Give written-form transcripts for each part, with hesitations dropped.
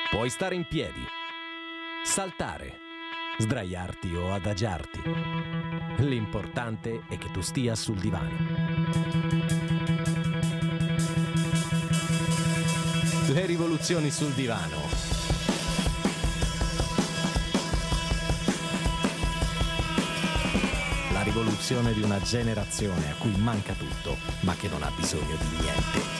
Puoi stare in piedi, saltare, sdraiarti o adagiarti. L'importante è che tu stia sul divano. Le rivoluzioni sul divano. La rivoluzione di una generazione a cui manca tutto, ma che non ha bisogno di niente.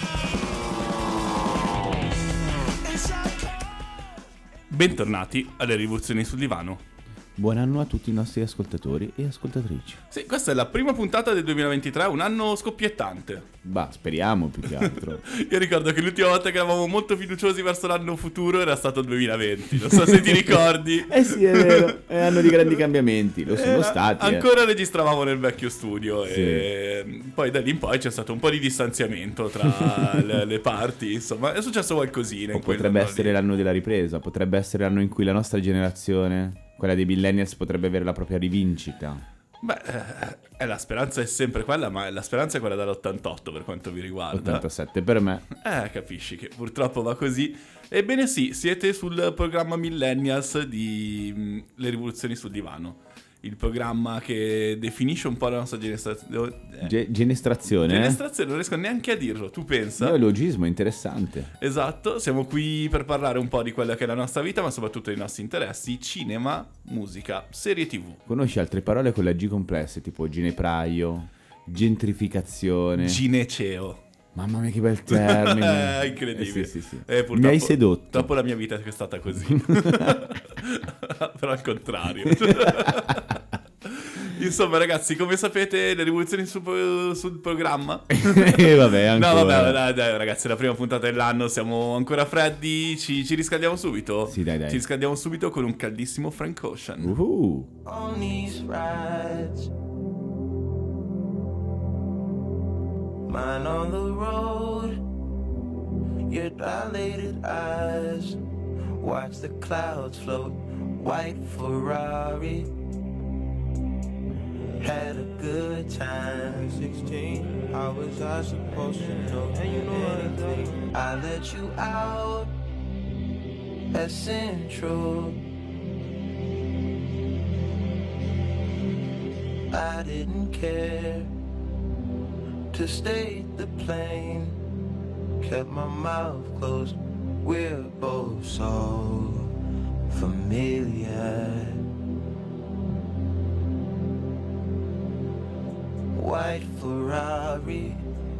Bentornati alle rivoluzioni sul divano. Buon anno a tutti i nostri ascoltatori e ascoltatrici. Sì, questa è la prima puntata del 2023, un anno scoppiettante. Bah, speriamo più che altro. Io ricordo che l'ultima volta che eravamo molto fiduciosi verso l'anno futuro era stato il 2020, non so se ti ricordi. Sì, è vero, è anno di grandi cambiamenti, lo sono stati. Ancora registravamo nel vecchio studio Sì. E poi da lì in poi c'è stato un po' di distanziamento tra le parti, insomma è successo qualcosina. O potrebbe essere l'anno della ripresa, potrebbe essere l'anno in cui la nostra generazione, quella dei millennials, potrebbe avere la propria rivincita. Beh, la speranza è sempre quella, ma la speranza è quella dall'88 per quanto vi riguarda. 87 per me. Capisci che purtroppo va così. Ebbene sì, siete sul programma Millennials di Le rivoluzioni sul divano. Il programma che definisce un po' la nostra genestrazione. Genestrazione? Genestrazione, non riesco neanche a dirlo, tu pensa? Neologismo, interessante. Esatto, siamo qui per parlare un po' di quella che è la nostra vita, ma soprattutto dei nostri interessi: cinema, musica, serie TV. Conosci altre parole con la G complesse, tipo ginepraio, gentrificazione. Gineceo. Mamma mia, che bel termine. Incredibile. Sì. Purtroppo, Mi hai sedotto. Purtroppo la mia vita è stata così. Però al contrario. Insomma, ragazzi, come sapete, le rivoluzioni sul programma. Vabbè, ancora. No, vabbè, dai, ragazzi, è la prima puntata dell'anno, siamo ancora freddi, ci riscaldiamo subito? Sì, dai. Ci riscaldiamo subito con un caldissimo Frank Ocean. On these rides, mine on the road, your dilated eyes, watch the clouds float, white Ferrari, had a good time. 16, how was I supposed to know? And you know anything? I let you out at Central. I didn't care to stay the plane, kept my mouth closed. We're both so familiar. White Ferrari,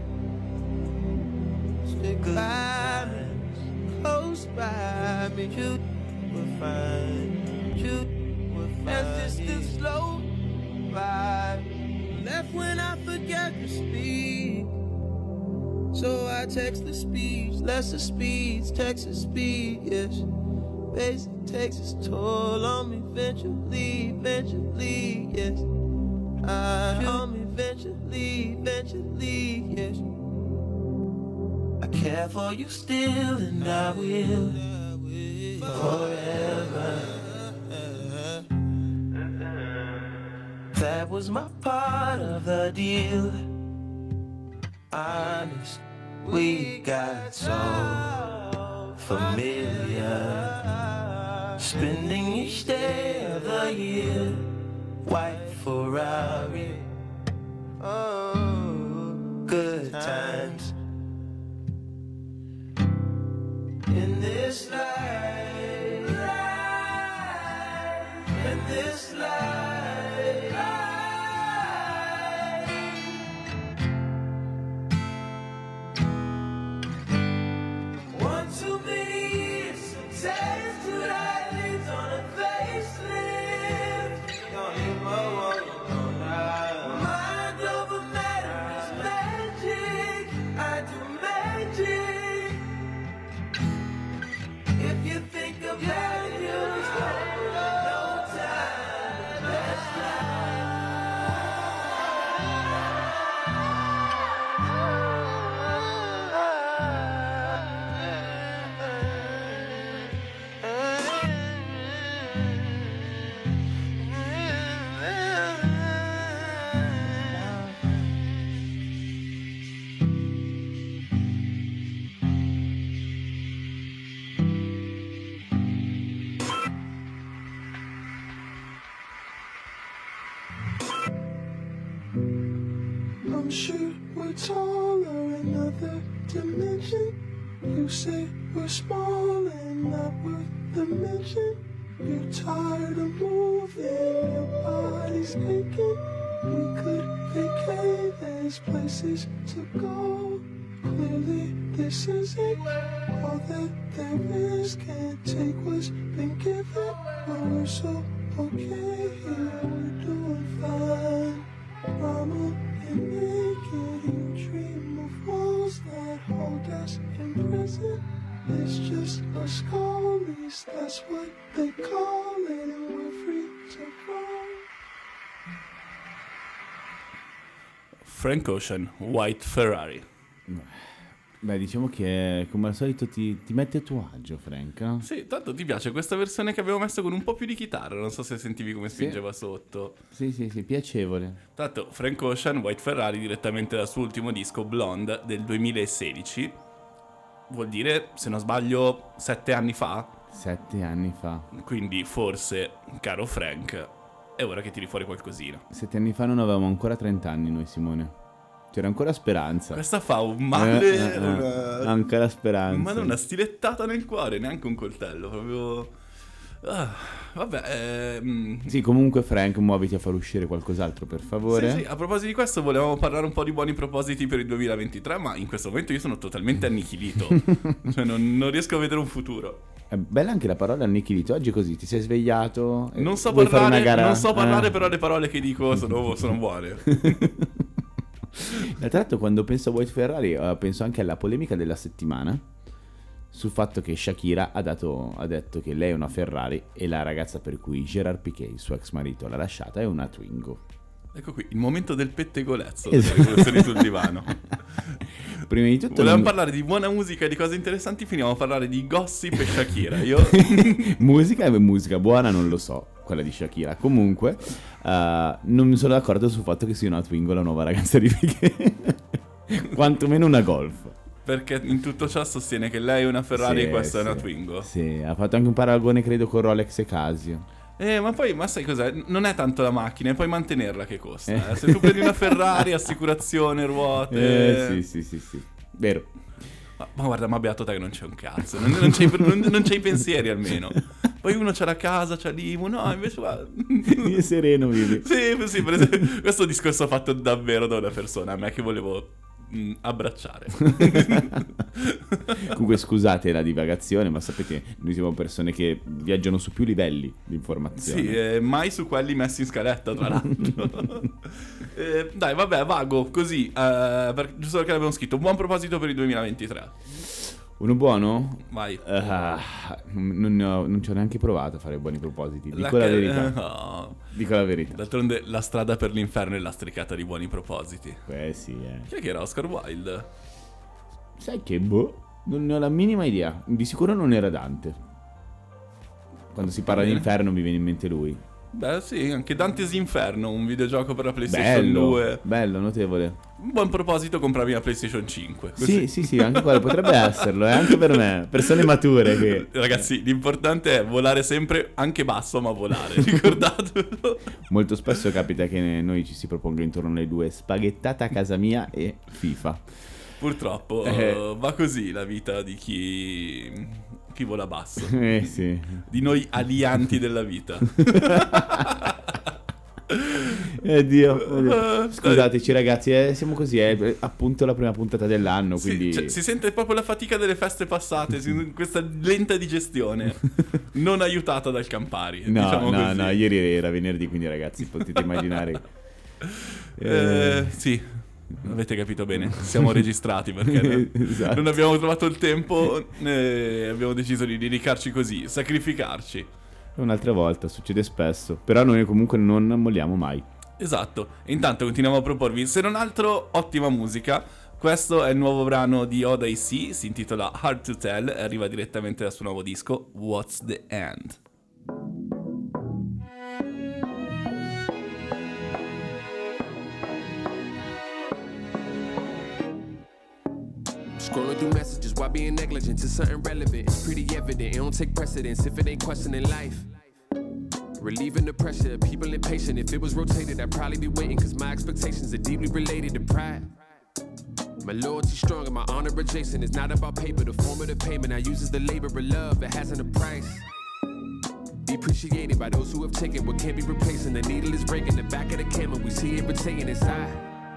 stick by me, close by me. You will find, you will find. As this the slow vibe, left when I forget to speak. So I text the speeds, lesser speeds, Texas speed, yes. Basic takes its toll on me eventually, yes. On me eventually, yes. I care for you still and I will forever. That was my part of the deal. Honest, we got so familiar. Spending each day of the year, white Ferrari. Oh, good times. In this life, in this life. I'm sure we're taller in another dimension. You say we're small and not worth the mention. You're tired of moving, your body's aching. We could vacate, there's places to go. Clearly this isn't all that there is. Can't take what's been given, but we're so okay here, we're doing fine. Mama and naked, you dream of walls that hold us in prison. It's just a scullies, that's what they call it, and we're free to roam. Frank Ocean, White Ferrari. Beh, diciamo che come al solito ti mette a tuo agio, Frank, no? Sì, tanto ti piace questa versione che avevo messo con un po' più di chitarra, non so se sentivi come spingeva sotto. Sì, piacevole. Tanto Frank Ocean, White Ferrari, direttamente dal suo ultimo disco Blonde del 2016, vuol dire, se non sbaglio, 7 anni fa. 7 anni fa. Quindi forse, caro Frank, è ora che tiri fuori qualcosina. 7 anni fa non avevamo ancora 30 anni noi, Simone. C'era ancora speranza. Questa fa un male, ancora speranza. Ma non una stilettata nel cuore, neanche un coltello, proprio... Sì, comunque Frank, muoviti a far uscire qualcos'altro, per favore. Sì, a proposito di questo volevamo parlare un po' di buoni propositi per il 2023, ma in questo momento io sono totalmente annichilito. Cioè non riesco a vedere un futuro. È bella anche la parola annichilito. Oggi così ti sei svegliato. Non so vuoi fare una gara? Non so parlare, però le parole che dico sono buone. Tra l'altro, quando penso a White Ferrari, penso anche alla polemica della settimana sul fatto che Shakira ha detto che lei è una Ferrari e la ragazza per cui Gerard Piqué, il suo ex marito, l'ha lasciata, è una Twingo. Ecco qui, il momento del pettegolezzo delle rivoluzioni sul divano. Prima di tutto volevamo parlare di buona musica e di cose interessanti, finiamo a parlare di gossip e Shakira. musica buona non lo so, quella di Shakira. Comunque non mi sono d'accordo sul fatto che sia una Twingo la nuova ragazza di Piqué. Quantomeno una Golf. Perché in tutto ciò sostiene che lei è una Ferrari e questa è una Twingo. Sì, ha fatto anche un paragone credo con Rolex e Casio. Ma sai cos'è? Non è tanto la macchina, è poi mantenerla che costa. Se tu prendi una Ferrari, assicurazione, ruote... Sì, vero. Ma guarda, ma beato te che non c'è un cazzo, non c'hai pensieri almeno. Poi uno c'ha la casa, c'ha l'IMU, no, invece va... Io sereno vivi. Sì, per esempio, questo discorso fatto davvero da una persona, a me che volevo... abbracciare. Comunque scusate la divagazione, ma sapete, noi siamo persone che viaggiano su più livelli di informazione. Sì, mai su quelli messi in scaletta, tra l'altro. Dai, vabbè, vago così, giusto perché l'abbiamo scritto. Buon proposito per il 2023. Uno buono? Vai. Non ci ho neanche provato a fare buoni propositi. Dico la verità. No. Dico la verità. D'altronde la strada per l'inferno è lastricata di buoni propositi. Sì, Chi è che era Oscar Wilde? Sai che non ne ho la minima idea. Di sicuro non era Dante. Quando si parla di inferno mi viene in mente lui. Beh sì, anche Dante's Inferno, un videogioco per la PlayStation 2. Bello, notevole. Un buon proposito, comprarmi la PlayStation 5. Così. Sì, anche quello potrebbe esserlo, anche per me. Persone mature che... Ragazzi, l'importante è volare sempre, anche basso, ma volare, ricordatelo. Molto spesso capita che noi ci si proponga intorno alle due: spaghettata a casa mia e FIFA. Purtroppo va così la vita di chi vola basso. Sì. Di noi alianti della vita. Dio. Scusateci ragazzi, siamo così, è appunto la prima puntata dell'anno, quindi... Sì, si sente proprio la fatica delle feste passate, questa lenta digestione non aiutata dal Campari. No, ieri era venerdì, quindi ragazzi potete immaginare. Sì. Avete capito bene, siamo registrati perché esatto. Non abbiamo trovato il tempo, abbiamo deciso di dedicarci così, sacrificarci. Un'altra volta, succede spesso, però noi comunque non molliamo mai. Esatto, e intanto continuiamo a proporvi, se non altro, ottima musica. Questo è il nuovo brano di Oda AC, si intitola Hard to Tell e arriva direttamente dal suo nuovo disco What's the End. Scrolling through messages while being negligent to something relevant. It's pretty evident, it don't take precedence if it ain't questioning life. Relieving the pressure, people impatient. If it was rotated, I'd probably be waiting, cause my expectations are deeply related to pride. My loyalty strong and my honor adjacent. It's not about paper, the form of the payment I use is the labor of love, it hasn't a price. Be appreciated by those who have taken what can't be replaced, and the needle is breaking the back of the camera, we see it rotating inside.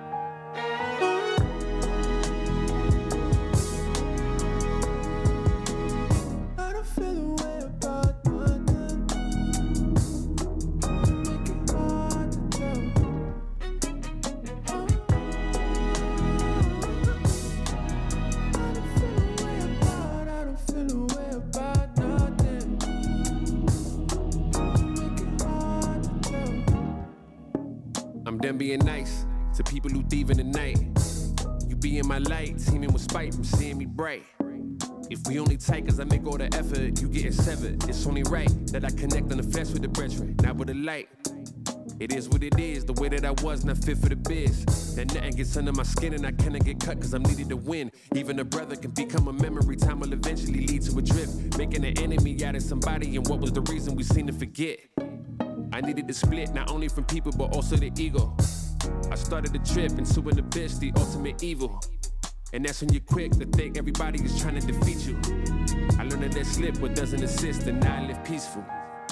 I'm done being nice to people who thieve in the night. You be in my light, teaming with spite from seeing me bright. If we only tight cause I make all the effort, you getting severed. It's only right that I connect on the flesh with the brethren, not with the light. It is what it is, the way that I was, not fit for the biz. That nothing gets under my skin and I cannot get cut cause I'm needed to win. Even a brother can become a memory, time will eventually lead to a drift. Making an enemy out of somebody, and what was the reason we seem to forget? I needed to split, not only from people, but also the ego. I started a trip into an abyss, the ultimate evil. And that's when you're quick to think everybody is trying to defeat you. I learned that slip what doesn't assist, and now I live peaceful.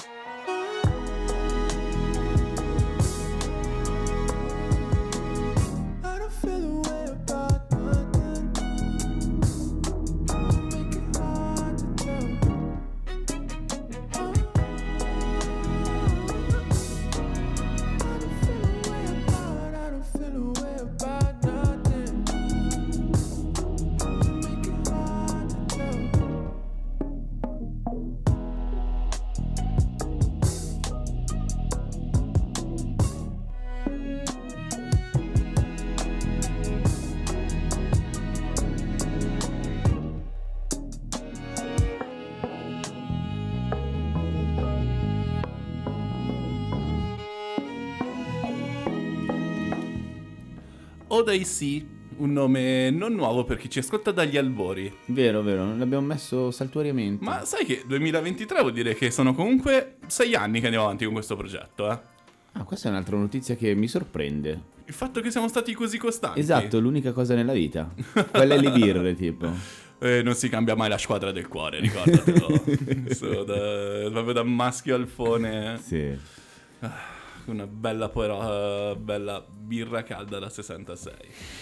ODayC, un nome non nuovo per chi ci ascolta dagli albori. Vero, l'abbiamo messo saltuariamente. Ma sai che 2023 vuol dire che sono comunque 6 anni che andiamo avanti con questo progetto, eh? Ah, questa è un'altra notizia che mi sorprende. Il fatto che siamo stati così costanti. Esatto, l'unica cosa nella vita. Quella è le birre, tipo. Non si cambia mai la squadra del cuore, ricordatelo. Proprio da maschio alfone. Sì. Una bella bella birra calda da 66.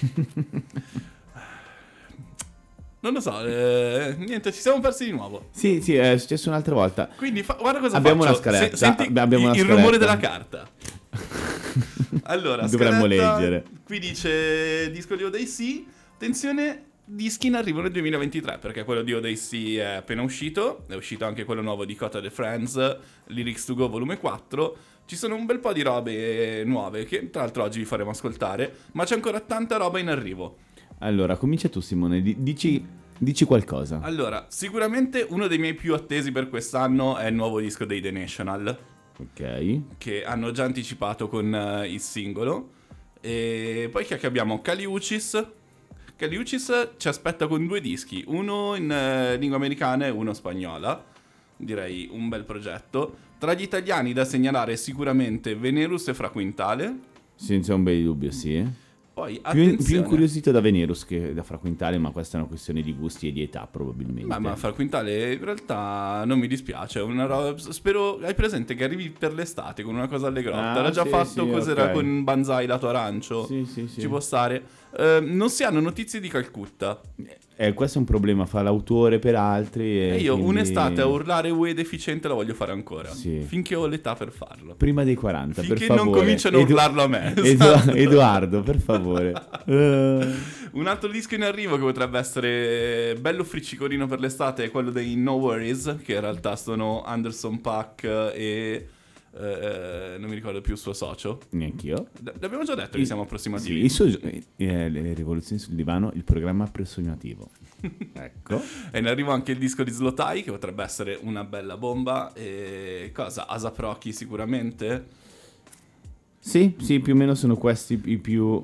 Non lo so, niente, ci siamo persi di nuovo. Sì, è successo un'altra volta. Quindi guarda cosa abbiamo faccio. Una scaletta. Senti abbiamo una il scaletta. rumore della carta. Allora, dovremmo scaletta, leggere. Qui dice disco di ODayC. Attenzione, dischi in arrivo nel 2023, perché quello di ODayC è appena uscito. È uscito anche quello nuovo di Cota the Friends, Lyrics to Go volume 4. Ci sono un bel po' di robe nuove che tra l'altro oggi vi faremo ascoltare, ma c'è ancora tanta roba in arrivo. Allora, comincia tu, Simone, dici qualcosa. Allora, sicuramente uno dei miei più attesi per quest'anno è il nuovo disco dei The National. Ok. Che hanno già anticipato con il singolo. E poi che abbiamo Kali Uchis. Kali Uchis ci aspetta con 2 dischi, uno in lingua americana e uno spagnola. Direi un bel progetto. Tra gli italiani da segnalare sicuramente Venerus e Fra Quintale. Senza un bel dubbio, sì. Poi più attenzione. incuriosito da Venerus che da Fra Quintale, ma questa è una questione di gusti e di età probabilmente. Ma Fra Quintale in realtà non mi dispiace, è una roba, spero, hai presente che arrivi per l'estate con una cosa allegrotta, l'ha già sì, fatto, sì, cos'era ok. con Banzai lato arancio, Sì. ci può stare. Non si hanno notizie di Calcutta. Questo è un problema, fa l'autore per altri E io quindi... un'estate a urlare UE deficiente la voglio fare ancora, Sì. finché ho l'età per farlo. Prima dei 40, Finché per favore. non cominciano a urlarlo a me. Esatto. Edoardo, per favore. Un altro disco in arrivo che potrebbe essere bello friccicorino per l'estate è quello dei No Worries, che in realtà sono Anderson .Paak e non mi ricordo più il suo socio. Neanch'io. L'abbiamo già detto che siamo approssimativi. Le rivoluzioni sul divano, il programma approssimativo. Ecco. E in arrivo anche il disco di Zlotai, che potrebbe essere una bella bomba. E cosa? A$ap Rocky sicuramente. Sì, più o meno sono questi i più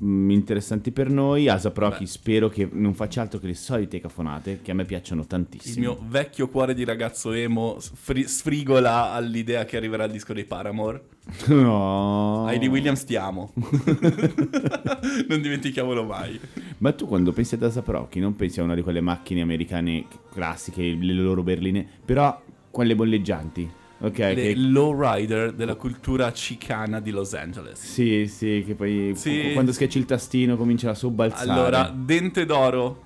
interessanti per noi. ASAP Rocky spero che non faccia altro che le solite cafonate che a me piacciono Il tantissimo. mio vecchio cuore di ragazzo emo sfrigola all'idea che arriverà il disco dei Paramore. No. Heidi Williams ti amo. Non dimentichiamolo mai. Ma tu quando pensi ad ASAP Rocky non pensi a una di quelle macchine americane classiche, le loro berline, però quelle bolleggianti, ok? Le lowrider della cultura cicana di Los Angeles. Sì, sì, che poi Sì. quando schiacci il tastino comincia a sobbalzare. Allora, dente d'oro.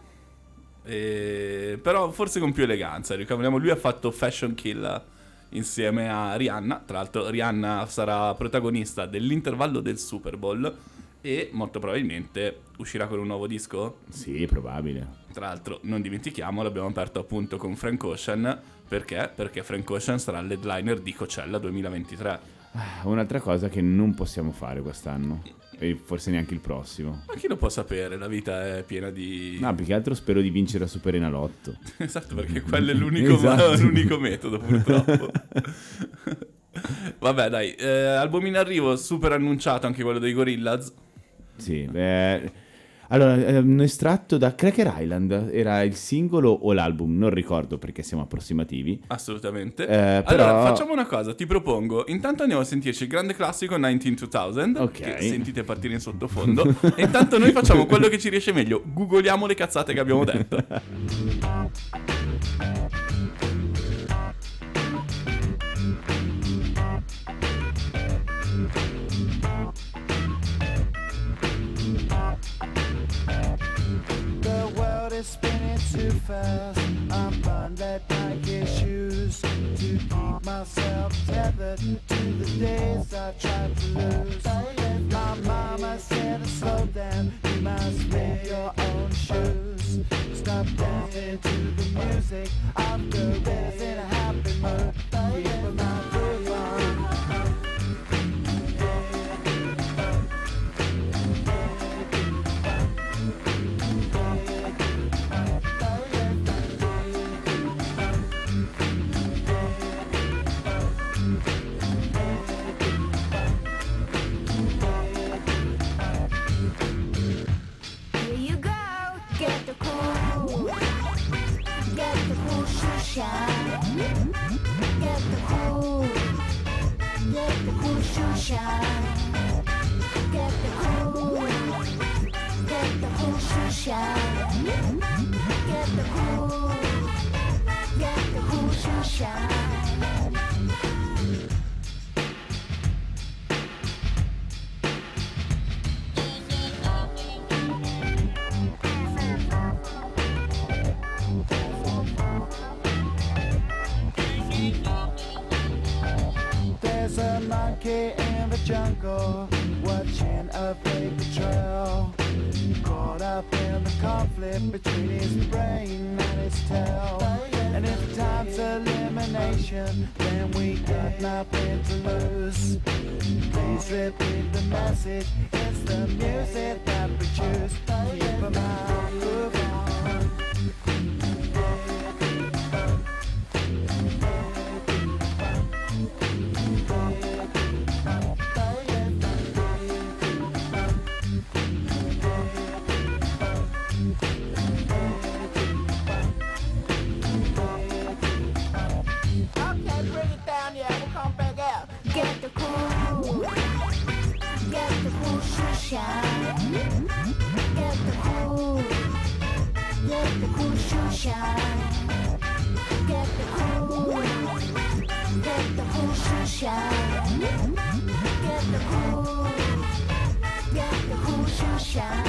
Però forse con più eleganza. Ricordiamo, lui ha fatto Fashion Kill insieme a Rihanna. Tra l'altro Rihanna sarà protagonista dell'intervallo del Super Bowl e molto probabilmente uscirà con un nuovo disco. Sì, probabile. Tra l'altro non dimentichiamo, l'abbiamo aperto appunto con Frank Ocean. Perché? Perché Frank Ocean sarà l'headliner di Coachella 2023. Un'altra cosa che non possiamo fare quest'anno, e forse neanche il prossimo. Ma chi lo può sapere? La vita è piena di... No, più che altro spero di vincere a Super Enalotto. Esatto, perché quello è l'unico, Esatto. l'unico metodo, purtroppo. Vabbè, dai, album in arrivo, super annunciato anche quello dei Gorillaz. Sì, allora, un estratto da Cracker Island, era il singolo o l'album, non ricordo perché siamo approssimativi. Assolutamente. Però- Allora, facciamo una cosa, ti propongo. Intanto andiamo a sentirci il grande classico 19-2000, Ok. che sentite partire in sottofondo. E intanto noi facciamo quello che ci riesce meglio, googoliamo le cazzate che abbiamo detto. The world is spinning too fast. I'm buying that Nike shoes to keep myself tethered to the days I tried to lose. My mama said to slow down, you must make your own shoes. Stop dancing to the music of gorillas in a happy mood. Keep my groove on. Here you go, get the cool shoe shine. Get the cool shoe shine. Get the cool shoe shine. Get the cool shoe shine. There's a monkey in the jungle watching a paper trail. Caught up in the conflict between his brain and his tail. And if time's elimination, then we got nothing to lose. Please repeat the message. It's the music that we choose. Keep 'em out, move on. Okay, bring it down, yeah, we'll come back out. Get the cool shoe shine. Get the cool shoe shine. Get the cool shoe shine. Get the cool shoe shine.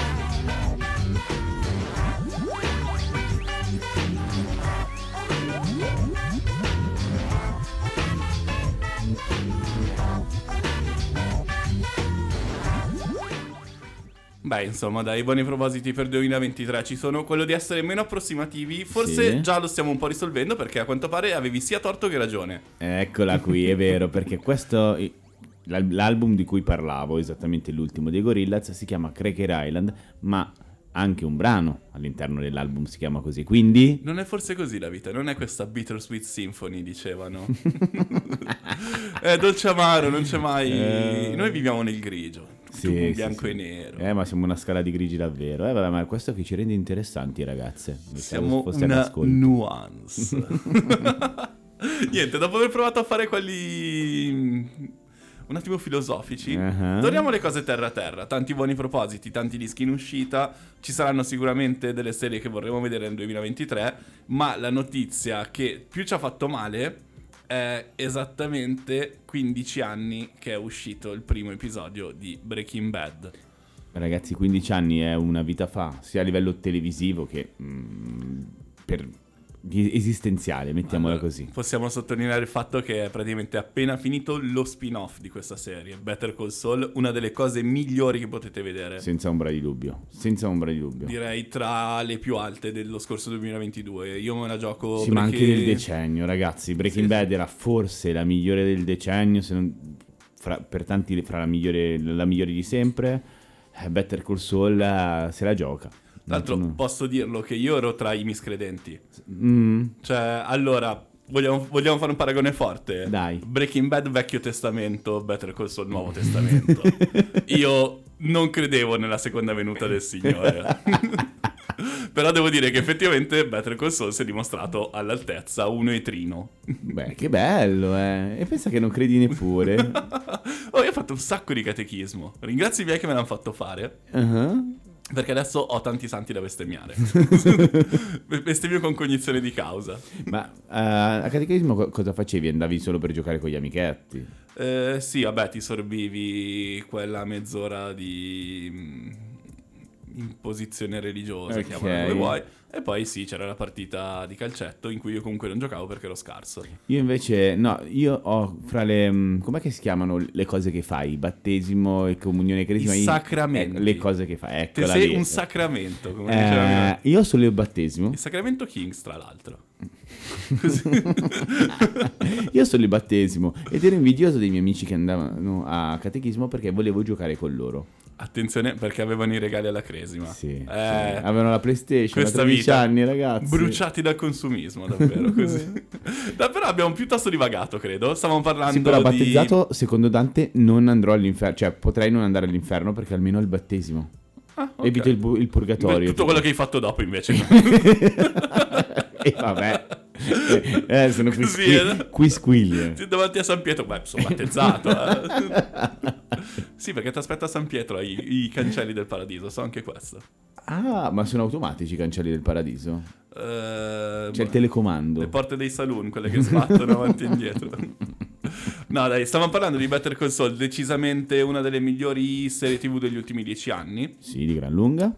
Beh, insomma, dai, buoni propositi per 2023 ci sono. Quello di essere meno approssimativi, forse Sì. già lo stiamo un po' risolvendo, perché a quanto pare avevi sia torto che ragione. Eccola qui, è vero, perché questo, l'album di cui parlavo, esattamente l'ultimo dei Gorillaz, si chiama Cracker Island, ma anche un brano all'interno dell'album si chiama così, quindi... Non è forse così la vita, non è questa Bittersweet Symphony, dicevano. Dolce amaro, non c'è mai... Noi viviamo nel grigio. Sì, tu con sì, bianco sì. e nero. Ma siamo una scala di grigi davvero. Vabbè, ma è questo che ci rende interessanti, ragazze. Siamo Foste una all'ascolto. nuance. Niente, dopo aver provato a fare quelli un attimo filosofici, torniamo alle cose terra a terra. Tanti buoni propositi, tanti dischi in uscita. Ci saranno sicuramente delle serie che vorremmo vedere nel 2023, ma la notizia che più ci ha fatto male è esattamente 15 anni che è uscito il primo episodio di Breaking Bad. Ragazzi, 15 anni è una vita fa, sia a livello televisivo che esistenziale, mettiamola Allora, così. possiamo sottolineare il fatto che è praticamente appena finito lo spin-off di questa serie, Better Call Saul, una delle cose migliori che potete vedere. Senza ombra di dubbio. Direi tra le più alte dello scorso 2022. Io me la gioco Sì, ma anche del decennio, ragazzi. Breaking Bad era forse la migliore del decennio, se non per tanti fra la migliore di sempre. Better Call Saul se la gioca. Tra l'altro posso dirlo che io ero tra i miscredenti. Mm. Cioè, allora, vogliamo fare un paragone forte? Dai. Breaking Bad Vecchio Testamento, Better Call Saul Nuovo Testamento. Io non credevo nella seconda venuta del Signore. Però devo dire che effettivamente Better Call Saul si è dimostrato all'altezza uno e trino. Beh, che bello, eh. E pensa che non credi neppure. Oh, io ho fatto un sacco di catechismo. Ringrazio i miei che me l'hanno fatto fare. Uh-huh. Perché adesso ho tanti santi da bestemmiare. Bestemmio con cognizione di causa. Ma a catechismo cosa facevi? Andavi solo per giocare con gli amichetti? Sì, vabbè, ti sorbivi quella mezz'ora di imposizione religiosa, Ok. chiamala come vuoi. E poi sì, c'era la partita di calcetto in cui io comunque non giocavo perché ero scarso. Io invece, no, io ho fra le... com'è che si chiamano le cose che fai? Battesimo e comunione cresima? I sacramenti. Le cose che fai, Te eccola sei lì. un sacramento, come diceva mia. Io solo il battesimo. Il sacramento Kings, tra l'altro. Io solo il battesimo. Ed ero invidioso dei miei amici che andavano a catechismo perché volevo giocare con loro. Attenzione, perché avevano i regali alla cresima. Sì, sì. Avevano la PlayStation a questa 13 vita, anni, ragazzi. bruciati dal consumismo, davvero così. No, però abbiamo piuttosto divagato, credo. Stavamo parlando Sì, però di... battezzato, secondo Dante, non andrò all'inferno. Cioè, potrei non andare all'inferno perché almeno ho il battesimo. Ah, ok. Evito il purgatorio. Tutto quello che hai fatto dopo, invece. E vabbè. Sono qui, Così, qui squiglie. Davanti a San Pietro, beh, sono battezzato. Sì, perché ti aspetta San Pietro i cancelli del paradiso, so anche questo. Ah, ma sono automatici i cancelli del paradiso? C'è il Boh, telecomando. le porte dei saloon, quelle che sbattono avanti e indietro. No, dai, stavamo parlando di Better Call Saul, decisamente una delle migliori serie TV degli ultimi 10 anni. Sì, di gran lunga.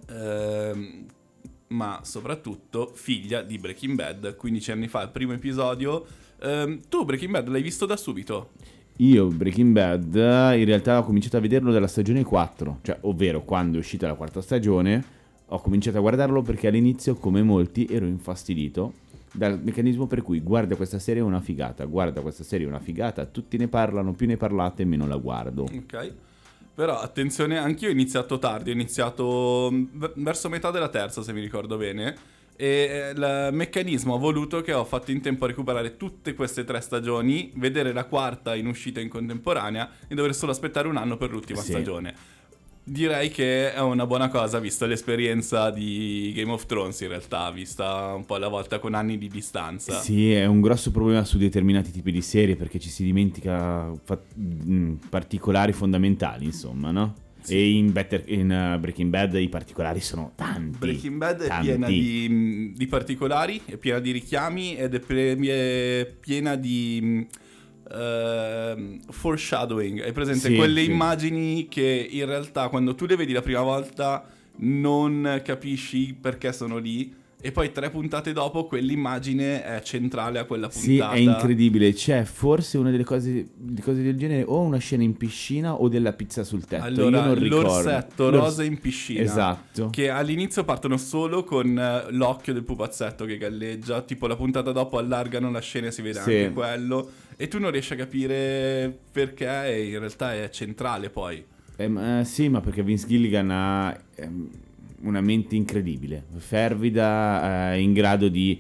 Ma soprattutto figlia di Breaking Bad, 15 anni fa, il primo episodio. Tu Breaking Bad l'hai visto da subito? Io Breaking Bad in realtà ho cominciato a vederlo dalla stagione 4, cioè ovvero quando è uscita la quarta stagione ho cominciato a guardarlo perché all'inizio, come molti, ero infastidito dal meccanismo per cui guarda questa serie è una figata, tutti ne parlano, più ne parlate meno la guardo. Ok. Però attenzione, anch'io ho iniziato tardi, ho iniziato verso metà della terza, se mi ricordo bene. E il meccanismo ha voluto che ho fatto in tempo a recuperare tutte queste 3 stagioni, vedere la quarta in uscita in contemporanea e dover solo aspettare un anno per l'ultima Sì. stagione. Direi che è una buona cosa, vista l'esperienza di Game of Thrones in realtà, vista un po' alla volta con anni di distanza. Sì, è un grosso problema su determinati tipi di serie perché ci si dimentica particolari fondamentali, insomma, no? Sì. E in Breaking Bad i particolari sono tanti. Breaking Bad è tanti. piena di particolari, è piena di richiami ed è piena di foreshadowing. Hai presente? Sì, Quelle sì. immagini che in realtà quando tu le vedi la prima volta non capisci perché sono lì e poi 3 puntate dopo quell'immagine è centrale a quella puntata. Sì, è incredibile. C'è forse una delle cose del genere, o una scena in piscina o della pizza sul tetto. Allora, io non ricordo. l'orsetto rosa in piscina. Esatto. Che all'inizio partono solo con l'occhio del pupazzetto che galleggia. Tipo la puntata dopo allargano la scena e si vede Sì. anche quello. E tu non riesci a capire perché e in realtà è centrale poi. Sì, ma perché Vince Gilligan ha una mente incredibile, fervida, in grado di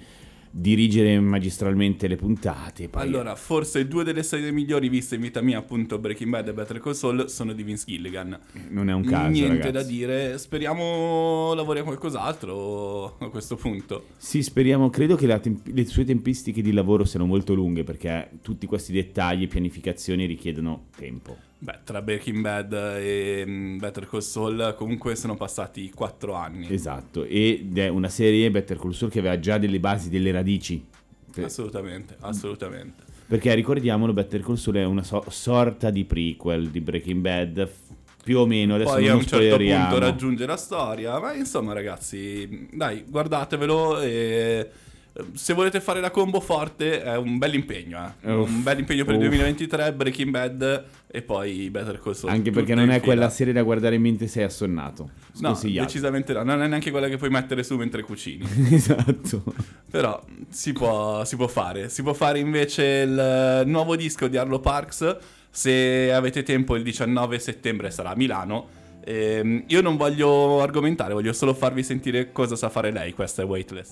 dirigere magistralmente le puntate. Poi... Allora, forse 2 delle serie migliori viste in vita mia, appunto Breaking Bad e Better Call Saul, sono di Vince Gilligan. Non è un caso, Niente ragazzi. da dire, speriamo lavori a qualcos'altro a questo punto. Sì, speriamo, credo che le sue tempistiche di lavoro siano molto lunghe, perché tutti questi dettagli e pianificazioni richiedono tempo. Beh, tra Breaking Bad e Better Call Saul comunque sono passati 4 anni. Esatto, ed è una serie, Better Call Saul, che aveva già delle basi, delle radici. Assolutamente. Perché ricordiamolo, Better Call Saul è una sorta di prequel di Breaking Bad, più o meno, adesso Poi non a lo un certo spoileriamo. punto raggiunge la storia, ma insomma ragazzi, dai, guardatevelo e se volete fare la combo forte è un bel impegno, un bel impegno per il 2023, Breaking Bad e poi Better Call Saul. Anche perché tutto non in è quella fila. serie da guardare mentre sei assonnato. No, Sconsigliato. decisamente no, non è neanche quella che puoi mettere su mentre cucini. Esatto. Però si può fare invece il nuovo disco di Arlo Parks. Se avete tempo il 19 settembre sarà a Milano. Io non voglio argomentare, voglio solo farvi sentire cosa sa fare lei. Questa è Weightless.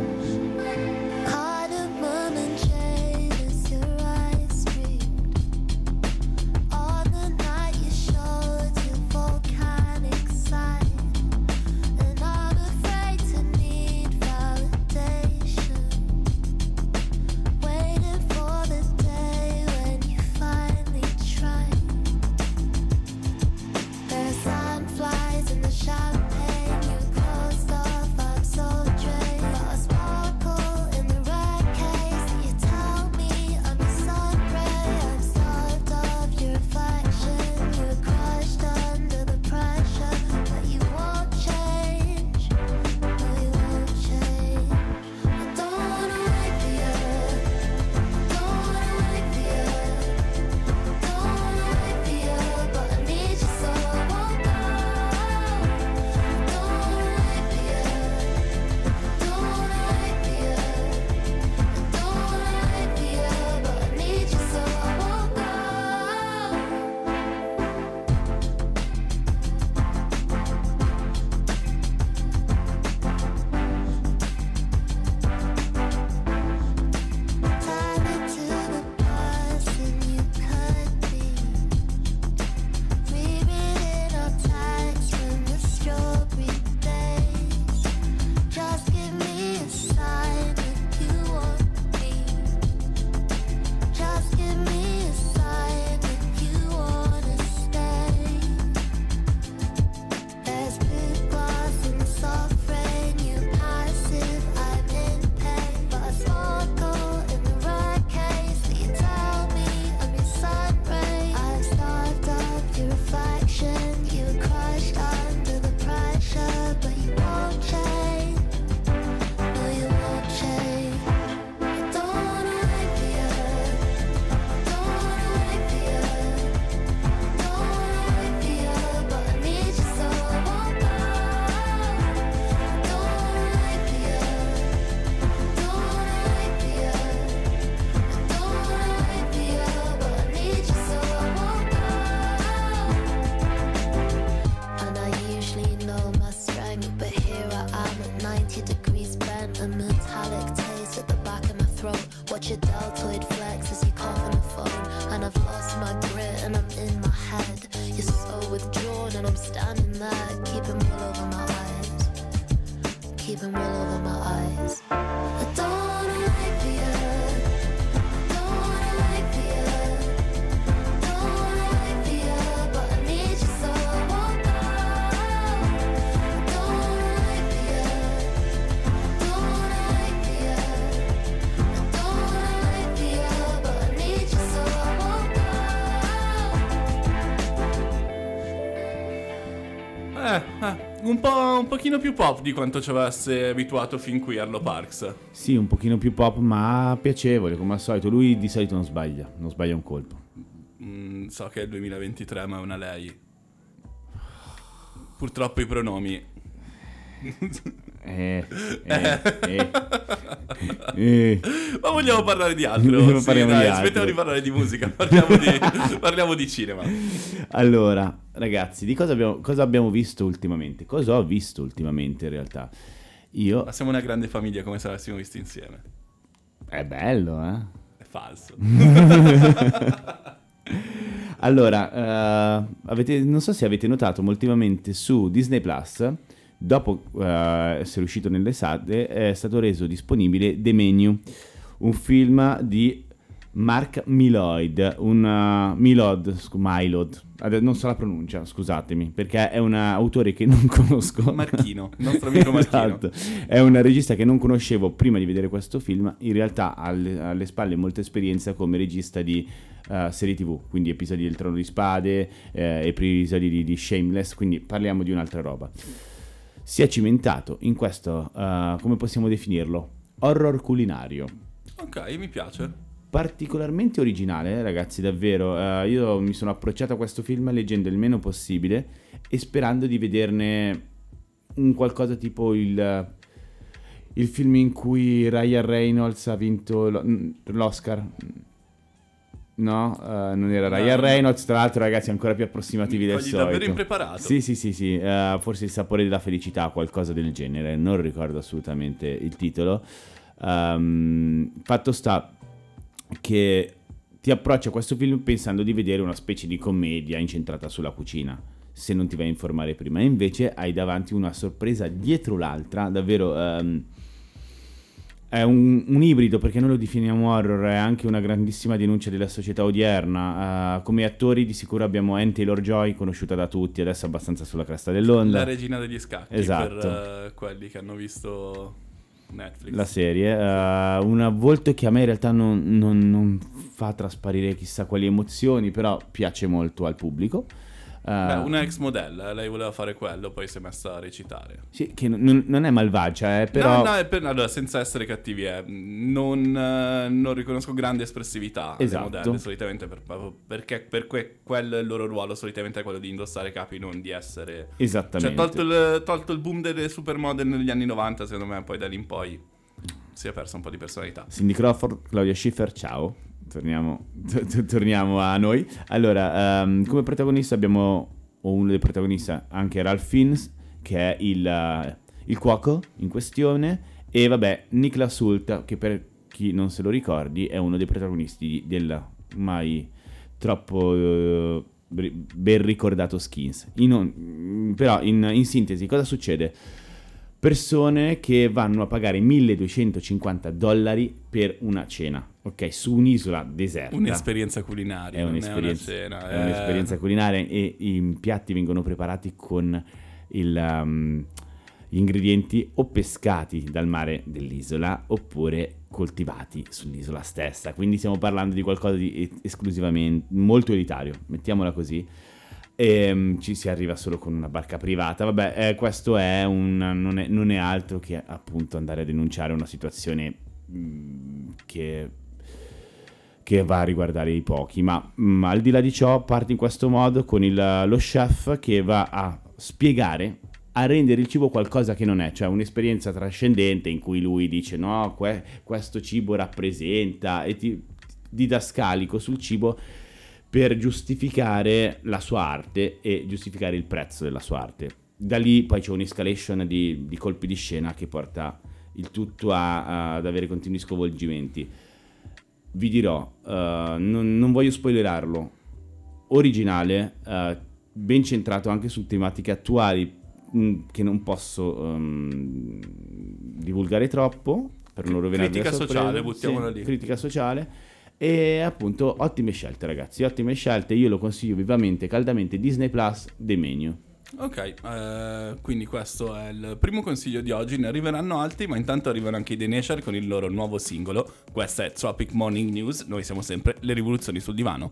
Cardamom and jade is your ice cream. All the night you showed your volcanic side, and I'm afraid to need validation. Waiting for the day when you finally try. There's sandflies in the champagne you closed off. I'm so drained, but I sparkle in the red case. You tell me I'm a sun ray. I'm starved of your reflection. You're crushed under the pressure, but you won't change. No, you won't change. I don't wanna wait for you. Don't wanna wait for you. Don't wanna wait for you, but I need you so I won't go. Don't wanna wait for you. Don't wanna wait for you. Don't wanna wait for you, but I need you so I won't go. Tied into the person you could be. Rereading our tags from the strawberry days. Just give me a sign that you want me. Just give me a sign that you wanna stay. There's blue glass in the soft rain. You're passive, I'm in pain, but I sparkle in the red case. You tell me I'm your sun ray. I've starved of your reflection. You're crushed under the pressure, but you won't change. No, you won't change. I don't wanna wait for you. Don't wanna wait for you. Don't wanna wait for you, but I need you so I won't go. Don't wanna wait for you. Don't wanna wait for you. Don't wanna wait for you, but I need you so I won't go. And I usually know my strength, but here I am at 90 degrees bent, a metallic taste at the back of my throat. Watch your deltoid flex as you cough on the phone, and I've lost my grit and I'm in my head. You're so withdrawn and I'm standing there, keeping wool over my eyes, keeping wool over my eyes. I don't wanna wait for you. Don't wanna wait for you. Don't wanna wait for you, but I need you so I won't go. Don't wanna wait for you. Don't wanna wait for you. Don't wanna wait for you, but I need you so I won't go. Un pochino più pop di quanto ci avesse abituato fin qui Arlo Parks. Sì, un pochino più pop, ma piacevole, come al solito. Lui di solito non sbaglia un colpo. So che è il 2023, ma è una lei. Purtroppo i pronomi. Ma vogliamo parlare di altro? Parliamo di altro. Smettiamo di parlare di musica, parliamo di cinema. Allora, ragazzi, di cosa abbiamo visto ultimamente? Cosa ho visto ultimamente in realtà? Io... Ma siamo una grande famiglia, come se l'avessimo visto insieme. È bello, eh? È falso. Allora, non so se avete notato, ma ultimamente su Disney Plus, dopo essere uscito nelle sale, è stato reso disponibile The Menu, un film di Mark Mylod, Mylod, non so la pronuncia, scusatemi, perché è un autore che non conosco. Marchino, il nostro amico Marchino. Esatto. È un regista che non conoscevo prima di vedere questo film. In realtà ha alle spalle molta esperienza come regista di serie TV, quindi episodi del Trono di Spade, episodi di Shameless, quindi parliamo di un'altra roba. Si è cimentato in questo, come possiamo definirlo, horror culinario. Ok, mi piace. Particolarmente originale, ragazzi, davvero. Io mi sono approcciato a questo film leggendo il meno possibile e sperando di vederne un qualcosa tipo il film in cui Ryan Reynolds ha vinto l'Oscar. No, non era Ryan Reynolds, tra l'altro, ragazzi, ancora più approssimativi del solito. Davvero impreparato. Sì, forse Il sapore della felicità, qualcosa del genere, non ricordo assolutamente il titolo. Fatto sta che ti approcci a questo film pensando di vedere una specie di commedia incentrata sulla cucina, se non ti vai a informare prima, e invece hai davanti una sorpresa dietro l'altra, davvero. È un ibrido, perché noi lo definiamo horror, è anche una grandissima denuncia della società odierna. Come attori di sicuro abbiamo Anne Taylor-Joy, conosciuta da tutti, adesso abbastanza sulla cresta dell'onda. La regina degli scacchi, esatto, per quelli che hanno visto Netflix. La serie, un volto che a me in realtà non fa trasparire chissà quali emozioni, però piace molto al pubblico. Una ex modella, lei voleva fare quello, poi si è messa a recitare. Sì, che non è malvagia, però... No, allora, senza essere cattivi, non riconosco grande espressività alle modelle, solitamente, perché quello è il loro ruolo, solitamente è quello di indossare capi, non di essere... Esattamente. Cioè, tolto il boom delle supermodel negli anni 90, secondo me, poi da lì in poi si è persa un po' di personalità. Cindy Crawford, Claudia Schiffer, ciao. Torniamo a noi. Allora, come protagonista abbiamo, o uno dei protagonisti, anche Ralph Fiennes, che è il cuoco in questione, e vabbè, Niklas Hult, che per chi non se lo ricordi è uno dei protagonisti del mai troppo ben ricordato Skins. Però in sintesi cosa succede? Persone che vanno a pagare $1.250 per una cena, ok, su un'isola deserta. Un'esperienza culinaria, è un'esperienza culinaria, e i piatti vengono preparati con gli ingredienti o pescati dal mare dell'isola oppure coltivati sull'isola stessa, quindi stiamo parlando di qualcosa di esclusivamente molto elitario, mettiamola così. E ci si arriva solo con una barca privata. Vabbè, questo è non è altro che appunto andare a denunciare una situazione che va a riguardare i pochi, ma al di là di ciò parte in questo modo con lo chef che va a spiegare, a rendere il cibo qualcosa che non è, cioè un'esperienza trascendente in cui lui dice no, questo cibo rappresenta, e didascalico sul cibo, per giustificare la sua arte e giustificare il prezzo della sua arte. Da lì poi c'è un'escalation di colpi di scena che porta il tutto ad avere continui sconvolgimenti. Vi dirò, non voglio spoilerarlo, originale, ben centrato anche su tematiche attuali che non posso divulgare troppo per non rovinare critica sociale, buttiamola lì. Critica sociale. E appunto ottime scelte, ragazzi, ottime scelte. Io lo consiglio vivamente, caldamente. Disney Plus, The Menu. Ok, quindi questo è il primo consiglio di oggi. Ne arriveranno altri, ma intanto arrivano anche i The Nation con il loro nuovo singolo. Questa è Tropic Morning News. Noi siamo sempre le rivoluzioni sul divano.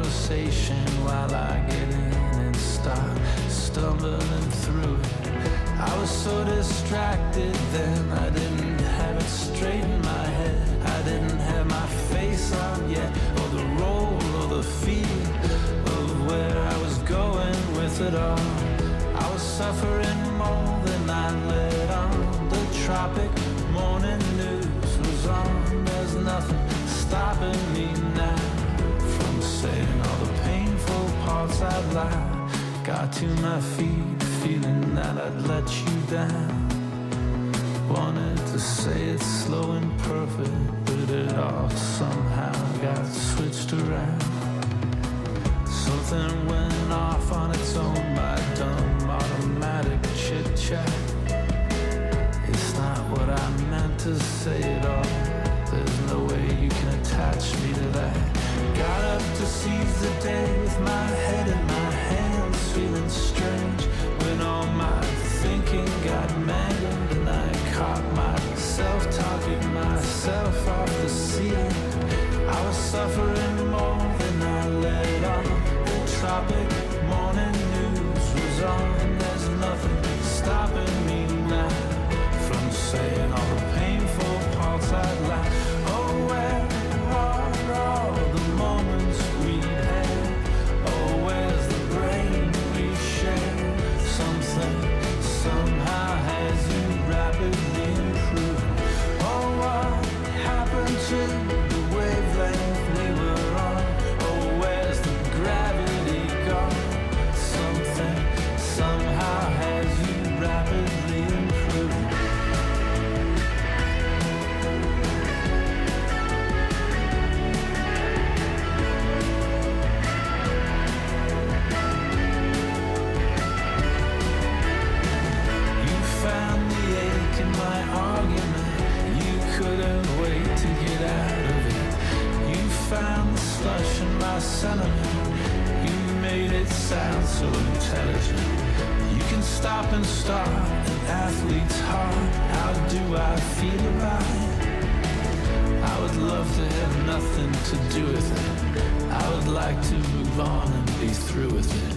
While I get in and start stumbling through it, I was so distracted then, I didn't have it straight in my head. I didn't have my face on yet, or the role or the feel of where I was going with it all. I was suffering more than I let on. The tropic morning news was on. There's nothing stopping me now from saying all the painful parts I'd lied. Got to my feet, feeling that I'd let you down. Wanted to say it slow and perfect, but it all somehow got switched around. Something went off on its own by dumb automatic chit-chat. It's not what I meant to say at all. There's no way you can attach me to that. Got up to seize the day with my head in my hands, feeling strange when all my thinking got mangled, and I caught myself talking myself off the ceiling. I was suffering more than I let on. The tropic morning news was on. There's nothing stopping me now from saying all the painful parts I'd like. Oh, where are all the moments we had? Oh, where's the brain we share? Something somehow has you rapidly improving. Oh, what happened to the wavelength we were on? Oh, where's the gravity gone? Something somehow has you rapidly improving. You found the ache in my argument. You couldn't wait to get out of it. You found the slush in my sentiment. You made it sound so intelligent. You can stop and start an athlete's heart. How do I feel about it? I would love to have nothing to do with it. I would like to move on and be through with it.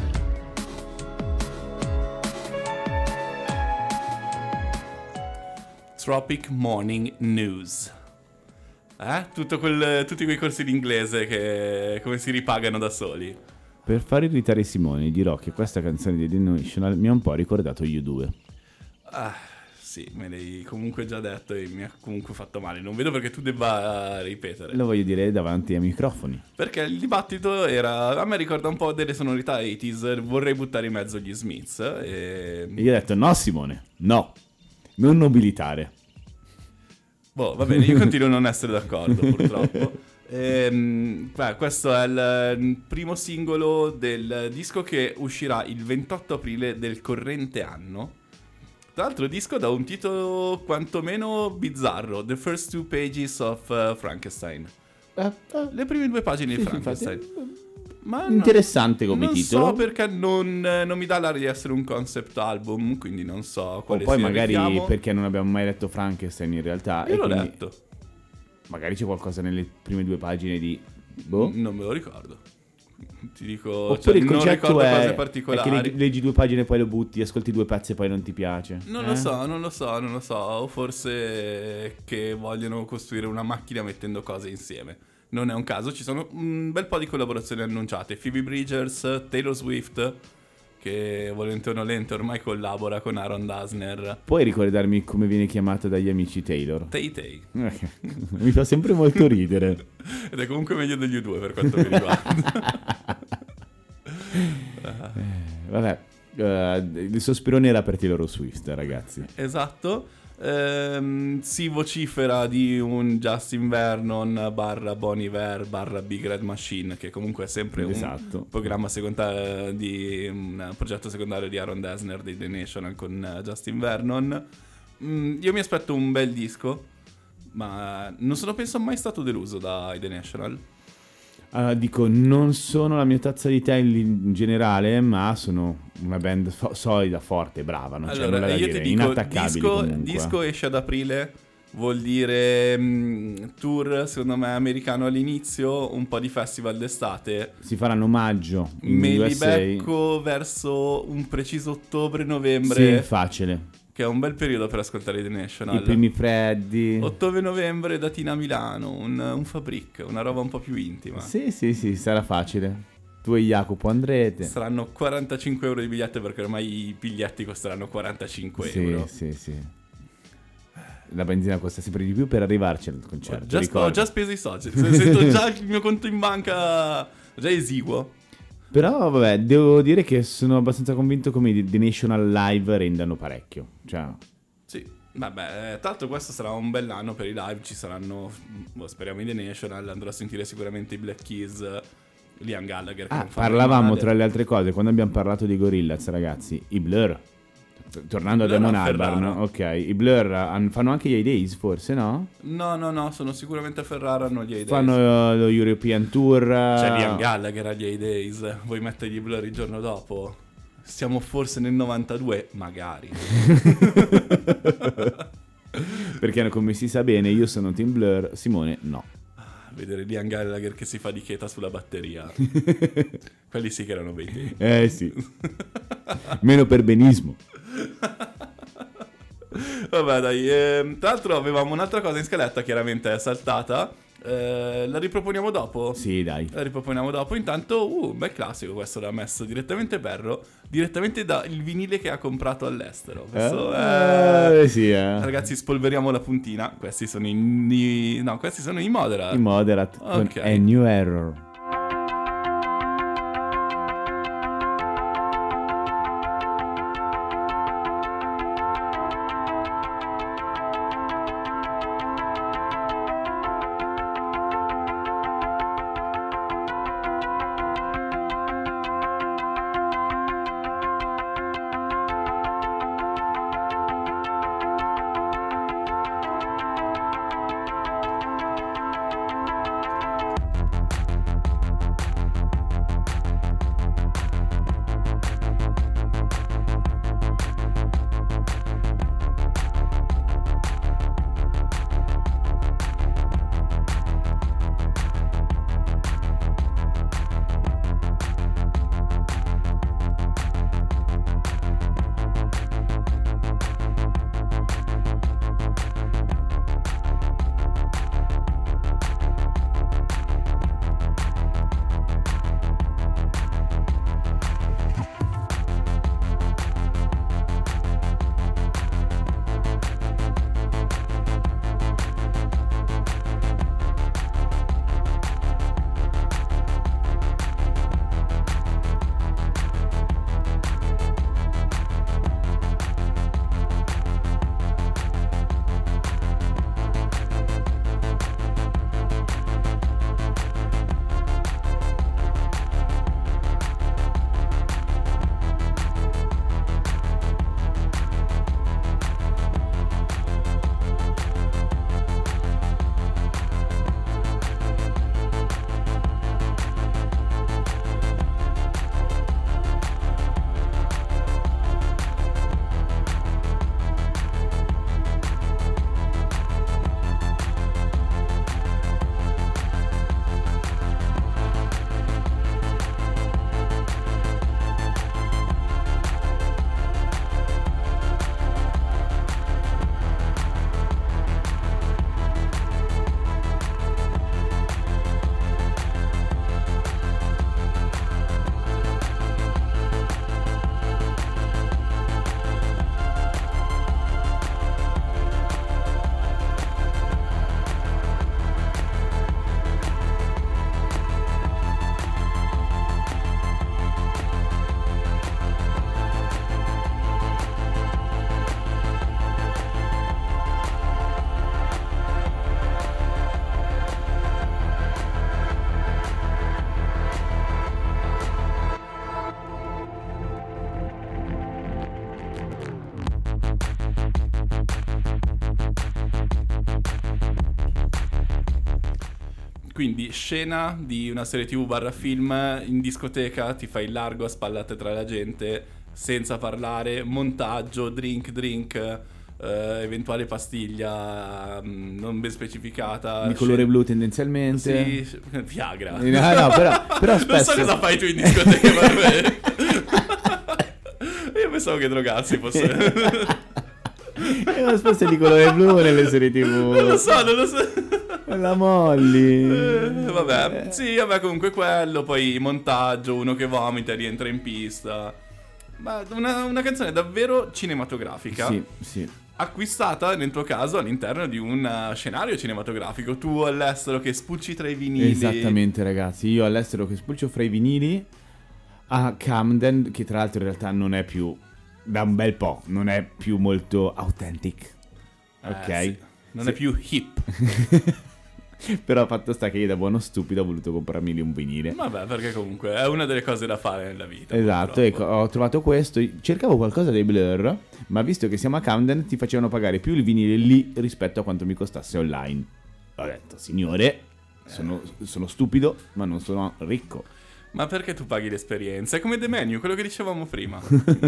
Tropic Morning News. Tutti quei corsi di inglese che come si ripagano da soli. Per far irritare Simone dirò che questa canzone di The National mi ha un po' ricordato U2. Sì, me l'hai comunque già detto e mi ha comunque fatto male. Non vedo perché tu debba ripetere. Lo voglio dire davanti ai microfoni. Perché il dibattito era... A me ricorda un po' delle sonorità 80s. Vorrei buttare in mezzo gli Smiths. E io ho detto no Simone, no, non nobilitare. Boh, va bene, io continuo a non essere d'accordo purtroppo. Questo è il primo singolo del disco che uscirà il 28 aprile del corrente anno. Tra l'altro il disco da un titolo quantomeno bizzarro, The First Two Pages of Frankenstein. Le prime due pagine di Frankenstein. Ma interessante come titolo. Non so perché non mi dà l'aria di essere un concept album, quindi non so quale sia. O poi sia magari richiamo. Perché non abbiamo mai letto Frankenstein in realtà. Io l'ho quindi letto. Magari c'è qualcosa nelle prime due pagine di... Boh. Non me lo ricordo. Ti dico, oppure il concetto non ricordo è, cose particolari. È che leggi due pagine e poi lo butti, ascolti due pezzi e poi non ti piace. Non lo so. O forse che vogliono costruire una macchina mettendo cose insieme. Non è un caso, ci sono un bel po' di collaborazioni annunciate. Phoebe Bridgers, Taylor Swift, che volente o nolente ormai collabora con Aaron Dessner. Puoi ricordarmi come viene chiamata dagli amici Taylor? Tay. Mi fa sempre molto ridere. Ed è comunque meglio degli U2 per quanto mi riguarda. Vabbè, il sospirone era per Taylor Swift, ragazzi. Esatto. Si vocifera di un Justin Vernon / Bon Iver / Big Red Machine, che comunque è sempre un programma secondario di un progetto secondario di Aaron Dessner dei The National con Justin Vernon. Io mi aspetto un bel disco, ma non sono penso mai stato deluso dai The National. Dico, non sono la mia tazza di tè in generale, ma sono una band solida, forte, brava. Non c'è nulla da dire. Inattaccabili comunque. Disco esce ad aprile, vuol dire tour, secondo me, americano all'inizio, un po' di festival d'estate. Si faranno maggio in Me li USA. becco verso un preciso ottobre-novembre, Sì, facile. che è un bel periodo per ascoltare The National. I primi freddi. Ottobre-novembre, datina a Milano, un Fabric, una roba un po' più intima. Sì, sarà facile. Tu e Jacopo andrete. Saranno 45 euro di biglietto, perché ormai i biglietti costeranno 45 euro. Sì. La benzina costa sempre di più per arrivarci al concerto. Ho già speso i soldi. Sento già il mio conto in banca già esiguo. Però vabbè, devo dire che sono abbastanza convinto come i The National Live rendano parecchio. Cioè, Sì, vabbè, tanto questo sarà un bell'anno per i live. Ci saranno, speriamo, i The National. Andrò a sentire sicuramente i Black Keys, Liam Gallagher, che non fanno parlavamo male. tra le altre cose, quando abbiamo parlato di Gorillaz, ragazzi, i Blur. Tornando a Blur Damon a Albarn, Ferrara. ok, i Blur fanno anche gli A-Days forse, no? No, sono sicuramente a Ferrara, hanno gli A-Days. Fanno lo European Tour. C'è Liam Gallagher agli A-Days. Vuoi mettergli i Blur il giorno dopo? Siamo forse nel 92, magari. Perché come si sa bene, io sono Team Blur, Simone no. Vedere Liam Gallagher che si fa di cheta sulla batteria. Quelli sì che erano bei tempi. Sì. Meno perbenismo. Vabbè dai, tra l'altro avevamo un'altra cosa in scaletta, chiaramente è saltata. La riproponiamo dopo? Sì, dai. La riproponiamo dopo. Intanto, bel classico questo, l'ha messo direttamente Perro, direttamente dal vinile che ha comprato all'estero. Questo Sì, Ragazzi, spolveriamo la puntina. Questi sono questi sono i Moderat. I Moderat con Ok. A New Error. Quindi scena di una serie TV / film in discoteca, ti fai il largo a spallate tra la gente senza parlare, montaggio, drink, eventuale pastiglia non ben specificata. Di colore blu tendenzialmente. Sì, Viagra. No, però spesso... Non so cosa fai tu in discoteca, vabbè. Io pensavo che drogarsi fosse... Una specie di colore blu nelle serie TV. Non lo so. La Molly. Vabbè, sì, vabbè, comunque quello, poi montaggio, uno che vomita, rientra in pista. Ma una canzone davvero cinematografica. Sì. Acquistata nel tuo caso all'interno di un scenario cinematografico. Tu all'estero che spulci tra i vinili. Esattamente, ragazzi. Io all'estero che spulcio fra i vinili a Camden, che tra l'altro in realtà non è più, da un bel po', non è più molto authentic. Ok? Sì. Non è più hip. Però fatto sta che io da buono stupido ho voluto comprarmi lì un vinile. Vabbè, perché comunque è una delle cose da fare nella vita. Esatto, ecco, ho trovato questo, cercavo qualcosa dei Blur, ma visto che siamo a Camden ti facevano pagare più il vinile lì rispetto a quanto mi costasse online. Ho detto, signore, sono stupido, ma non sono ricco. Ma perché tu paghi l'esperienza? È come The Menu, quello che dicevamo prima.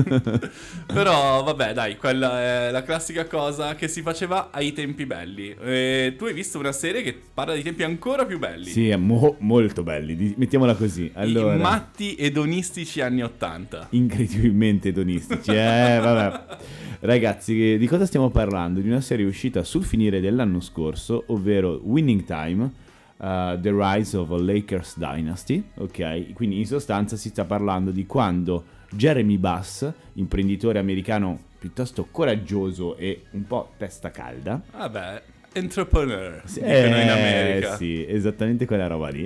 Però vabbè, dai, quella è la classica cosa che si faceva ai tempi belli. Tu hai visto una serie che parla di tempi ancora più belli. Sì, molto belli, mettiamola così. Allora, I matti edonistici anni 80. Incredibilmente edonistici, vabbè. Ragazzi, di cosa stiamo parlando? Di una serie uscita sul finire dell'anno scorso, ovvero Winning Time, The Rise of a Lakers Dynasty, ok? Quindi in sostanza si sta parlando di quando Jeremy Buss, imprenditore americano piuttosto coraggioso e un po' testa calda. Vabbè, entrepreneur, dicono in America. Sì, esattamente quella roba lì.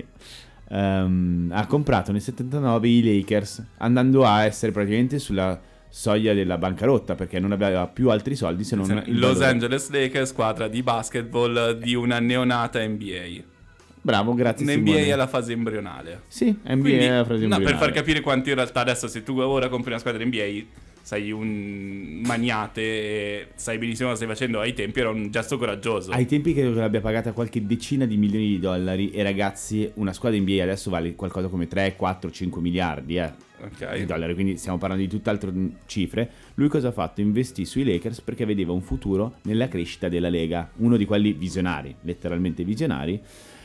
Ha comprato nel 79 i Lakers, andando a essere praticamente sulla soglia della bancarotta, perché non aveva più altri soldi se non il Los valore. Angeles Lakers, squadra di basketball di una neonata NBA. Bravo, grazie NBA Simone. è la fase embrionale. Sì, NBA Quindi, è la fase no, per embrionale. far capire quanto in realtà adesso, se tu ora compri una squadra NBA, sei un magnate e sai benissimo cosa stai facendo. Ai tempi era un gesto coraggioso. Ai tempi credo che l'abbia pagata qualche decina di milioni di dollari, e ragazzi, una squadra NBA adesso vale qualcosa come 3, 4, 5 miliardi di dollari, quindi stiamo parlando di tutt'altre cifre. Lui cosa ha fatto? Investì sui Lakers perché vedeva un futuro nella crescita della Lega, uno di quelli visionari, letteralmente visionari.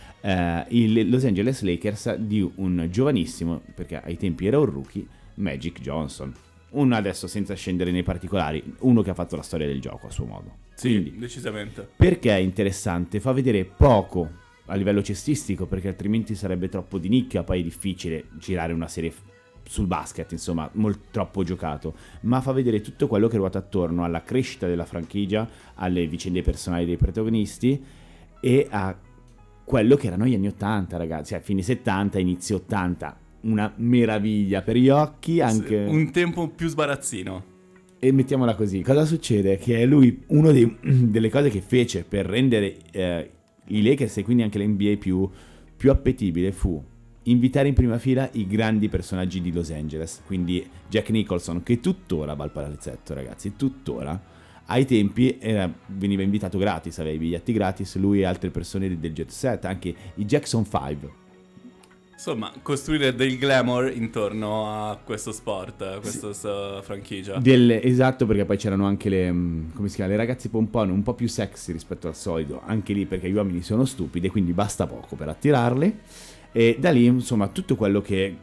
I Los Angeles Lakers di un giovanissimo, perché ai tempi era un rookie, Magic Johnson. Uno adesso, senza scendere nei particolari, uno che ha fatto la storia del gioco a suo modo. Sì, Quindi, decisamente. perché è interessante? Fa vedere poco a livello cestistico, perché altrimenti sarebbe troppo di nicchia, poi è difficile girare una serie sul basket, insomma, troppo giocato, ma fa vedere tutto quello che ruota attorno alla crescita della franchigia, alle vicende personali dei protagonisti e a quello che erano gli anni 80, ragazzi, fine 70, inizio 80, una meraviglia per gli occhi, anche un tempo più sbarazzino. E mettiamola così, cosa succede? Che lui, una delle cose che fece per rendere i Lakers e quindi anche l'NBA più appetibile fu invitare in prima fila i grandi personaggi di Los Angeles, quindi Jack Nicholson, che tuttora va al palazzetto, ragazzi, tuttora. Ai tempi veniva invitato gratis, aveva i biglietti gratis, lui e altre persone del jet set, anche i Jackson 5. Insomma, costruire del glamour intorno a questo sport, a questa franchigia. Esatto, perché poi c'erano anche le ragazze pompone un po' più sexy rispetto al solito, anche lì perché gli uomini sono stupidi, quindi basta poco per attirarli. E da lì, insomma, tutto quello che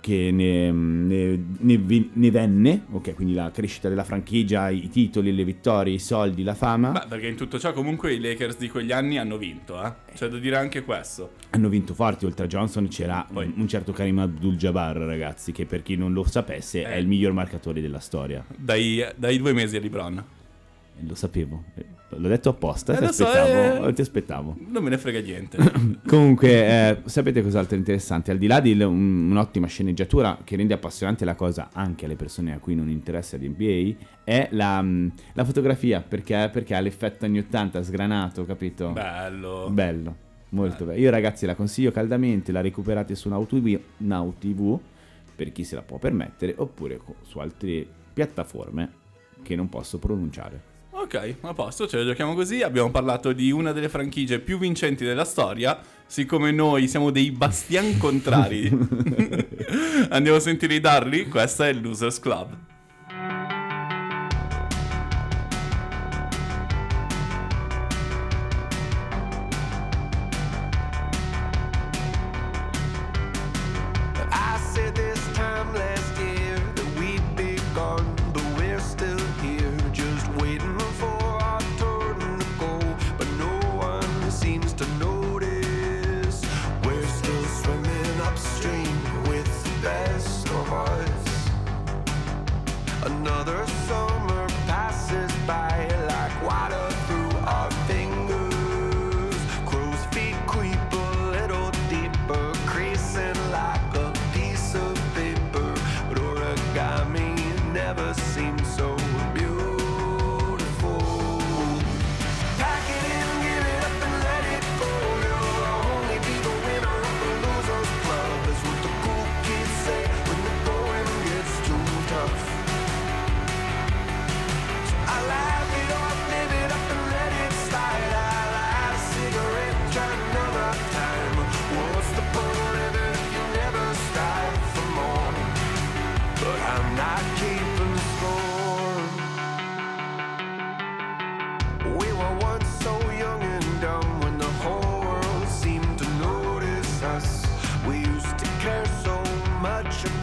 ne venne, ok, quindi la crescita della franchigia, i titoli, le vittorie, i soldi, la fama. Beh, perché in tutto ciò comunque i Lakers di quegli anni hanno vinto, C'è da dire anche questo. Hanno vinto forti, oltre a Johnson c'era un certo Kareem Abdul-Jabbar, ragazzi, che per chi non lo sapesse è il miglior marcatore della storia. Dai 2 mesi a LeBron. Lo sapevo, l'ho detto apposta, ti aspettavo. Non me ne frega niente. Comunque, sapete cos'altro è interessante? Al di là di un'ottima sceneggiatura che rende appassionante la cosa anche alle persone a cui non interessa l'NBA, è la fotografia, perché ha l'effetto anni 80 sgranato, capito? Bello, molto bello. Io, ragazzi, la consiglio caldamente, la recuperate su Now TV per chi se la può permettere, oppure su altre piattaforme che non posso pronunciare. Ok, a posto, ce la giochiamo così. Abbiamo parlato di una delle franchigie più vincenti della storia. Siccome noi siamo dei bastian contrari, andiamo a sentire i Darli. Questa è il Losers Club.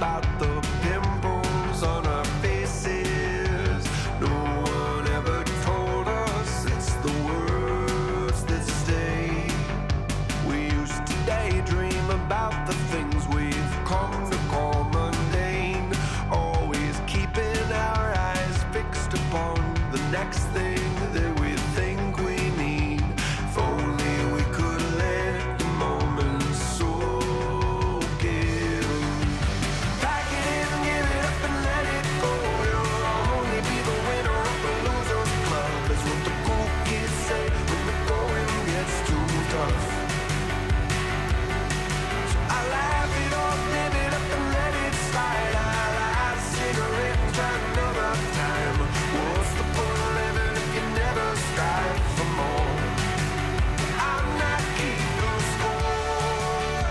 about the pimples on our faces. No one ever told us it's the words that stay. We used to daydream about the things we've come to call mundane, always keeping our eyes fixed upon the next thing that we think we need. If only we could let the moment soak in. Pack it in, give it up and let it go. You'll only be the winner of the losers club. That's what the cool kids say when the going gets too tough. So I laugh it off, live it up and let it slide. I light a cigarette and try another time. What's the point of living if you never strive for more? I'm not keeping score.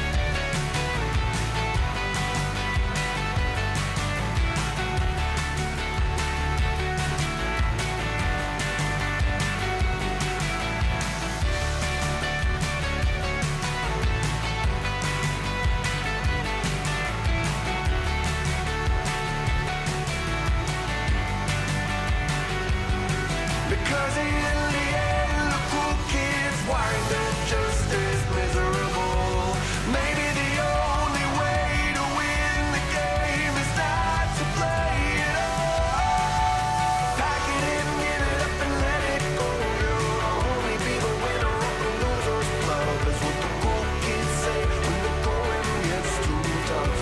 Because in the end, the cool kids wind up just as miserable. Maybe the only way to win the game is not to play it all. Pack it in, give it up and let it go. You'll only be the winner of the losers club. That's what the cool kids say when the going gets too tough.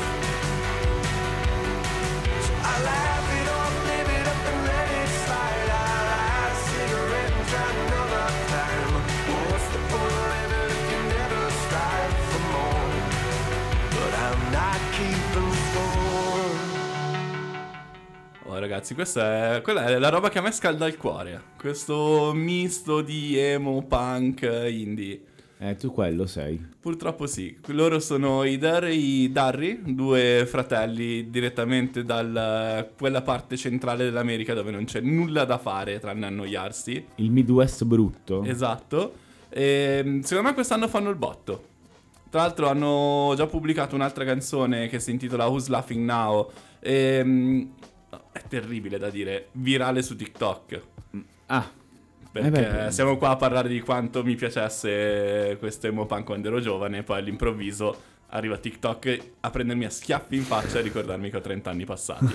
So I laugh it off, live it up and let it slide. I light a cigarette and try another time. What's the point of living if you never strive for more? But I'm not keeping score. Oh ragazzi, quella è la roba che a me scalda il cuore. Questo misto di emo, punk, indie. Tu quello sei. Purtroppo sì, loro sono i Darry, due fratelli direttamente da quella parte centrale dell'America dove non c'è nulla da fare tranne annoiarsi. Il Midwest brutto. Esatto. E secondo me quest'anno fanno il botto. Tra l'altro hanno già pubblicato un'altra canzone che si intitola Who's Laughing Now. È terribile da dire, virale su TikTok. Ah, Perché siamo qua a parlare di quanto mi piacesse questo emo punk quando ero giovane, e poi all'improvviso arriva TikTok a prendermi a schiaffi in faccia e ricordarmi che ho 30 anni passati.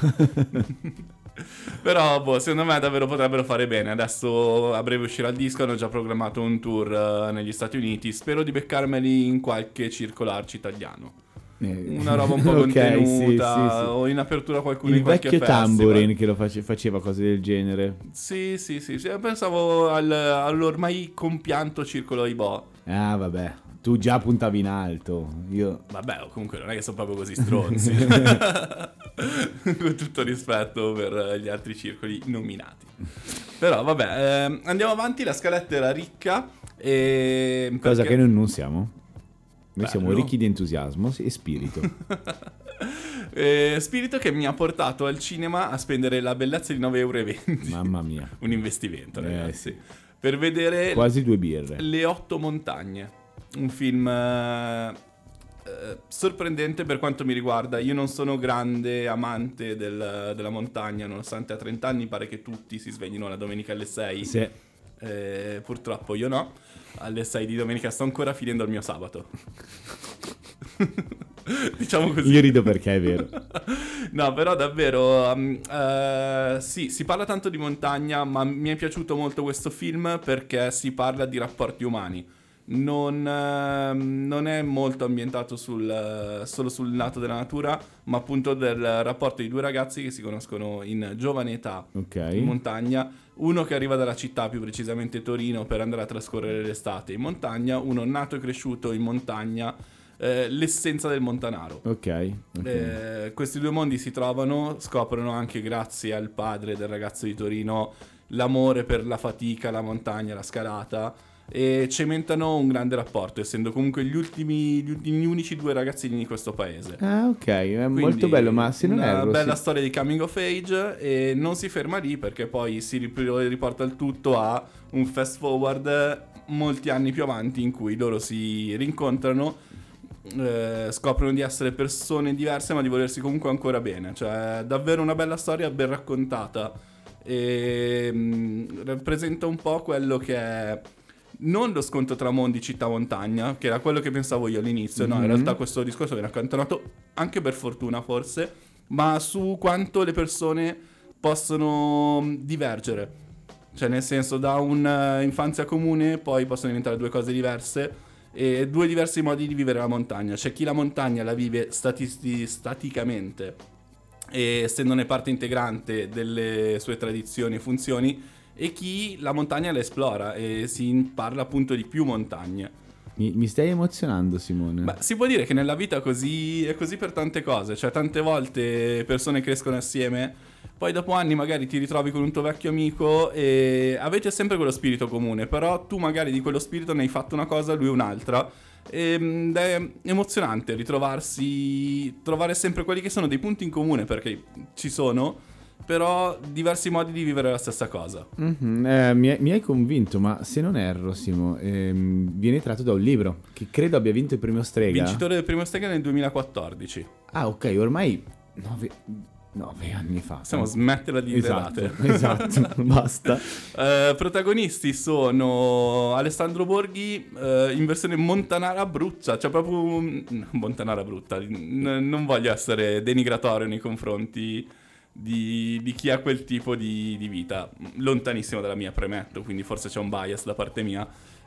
Però secondo me davvero potrebbero fare bene. Adesso a breve uscirà il disco, hanno già programmato un tour negli Stati Uniti. Spero di beccarmeli in qualche circolarci italiano. Una roba un po' contenuta, sì. o in apertura qualcuno Il in qualche vecchio festival. Tambourine che lo faceva cose del genere. Sì, pensavo all'ormai compianto Circolo Aibò. Ah, vabbè. Tu già puntavi in alto. Io... Vabbè, comunque non è che sono proprio così stronzi. Con tutto rispetto per gli altri circoli nominati. Però vabbè, andiamo avanti, la scaletta era ricca. Cosa che noi non siamo. Noi siamo Bello. ricchi di entusiasmo e spirito. Spirito che mi ha portato al cinema a spendere la bellezza di 9,20 €. Mamma mia. Un investimento, ragazzi. Sì. Per vedere Quasi 2 birre. Le 8 montagne. Un film sorprendente per quanto mi riguarda. Io non sono grande amante della montagna, nonostante a 30 anni pare che tutti si sveglino la domenica alle 6. Sì. Purtroppo io no. Alle 6 di domenica sto ancora finendo il mio sabato. Diciamo così. Io rido perché è vero. No, però davvero sì, si parla tanto di montagna, ma mi è piaciuto molto questo film perché si parla di rapporti umani. Non è molto ambientato solo sul lato della natura, ma appunto del rapporto di due ragazzi che si conoscono in giovane età in montagna. Uno che arriva dalla città, più precisamente Torino, per andare a trascorrere l'estate in montagna. Uno nato e cresciuto in montagna, l'essenza del montanaro. Questi due mondi si trovano, scoprono anche grazie al padre del ragazzo di Torino l'amore per la fatica, la montagna, la scalata, e cementano un grande rapporto, essendo comunque gli unici due ragazzini di questo paese. Ah, ok, è Quindi molto bello, ma se non una erro... bella storia di coming of age, e non si ferma lì perché poi si riporta il tutto a un fast forward molti anni più avanti in cui loro si rincontrano scoprono di essere persone diverse ma di volersi comunque ancora bene. Cioè, davvero una bella storia, ben raccontata, e rappresenta un po' quello che è non lo scontro tra mondi città-montagna, che era quello che pensavo io all'inizio. No, in realtà questo discorso viene accantonato anche per fortuna forse, ma su quanto le persone possono divergere. Cioè, nel senso, da un'infanzia comune poi possono diventare due cose diverse e due diversi modi di vivere la montagna. C'è chi la montagna la vive staticamente e essendone parte integrante delle sue tradizioni e funzioni, e chi la montagna la esplora e si parla appunto di più montagne. Mi stai emozionando, Simone. Beh, si può dire che nella vita è così per tante cose. Cioè, tante volte persone crescono assieme, poi dopo anni magari ti ritrovi con un tuo vecchio amico e avete sempre quello spirito comune, però tu magari di quello spirito ne hai fatto una cosa, lui un'altra. Ed è emozionante ritrovarsi, trovare sempre quelli che sono dei punti in comune, perché ci sono, però diversi modi di vivere la stessa cosa. Mi hai convinto, ma se non erro, Simo, viene tratto da un libro che credo abbia vinto il premio Strega. Vincitore del premio Strega nel 2014. Ah, ok, ormai 9 anni fa. Possiamo smetterla di Esatto, idolate. esatto, basta. Protagonisti sono Alessandro Borghi in versione montanara brutta, cioè proprio montanara brutta. Non voglio essere denigratorio nei confronti di chi ha quel tipo di vita, lontanissimo dalla mia, premetto, quindi forse c'è un bias da parte mia.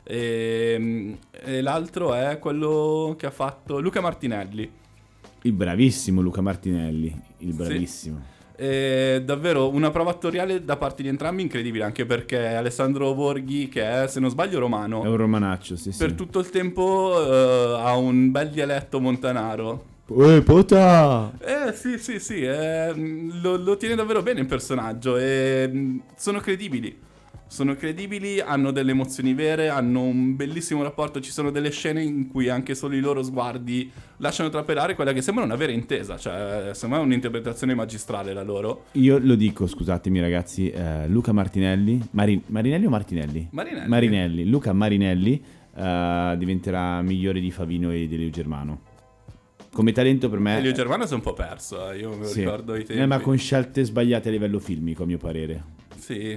E l'altro è quello che ha fatto Luca Martinelli. Il bravissimo Luca Martinelli, il bravissimo. Sì. Davvero una prova attoriale da parte di entrambi incredibile, anche perché Alessandro Borghi, che è, se non sbaglio, romano, È un romanaccio, sì, per sì. tutto il tempo ha un bel dialetto montanaro. Pota! Sì, lo tiene davvero bene il personaggio e sono credibili, hanno delle emozioni vere, hanno un bellissimo rapporto, ci sono delle scene in cui anche solo i loro sguardi lasciano trapelare quella che sembra una vera intesa, cioè secondo me è un'interpretazione magistrale la loro. Io lo dico, scusatemi ragazzi, Luca Martinelli, Marinelli o Martinelli? Marinelli. Luca Marinelli diventerà migliore di Favino e di Elio Germano. Come talento per me... Elio Germano si è un po' perso, io me lo ricordo i tempi. Ma con scelte sbagliate a livello filmico, a mio parere. Sì.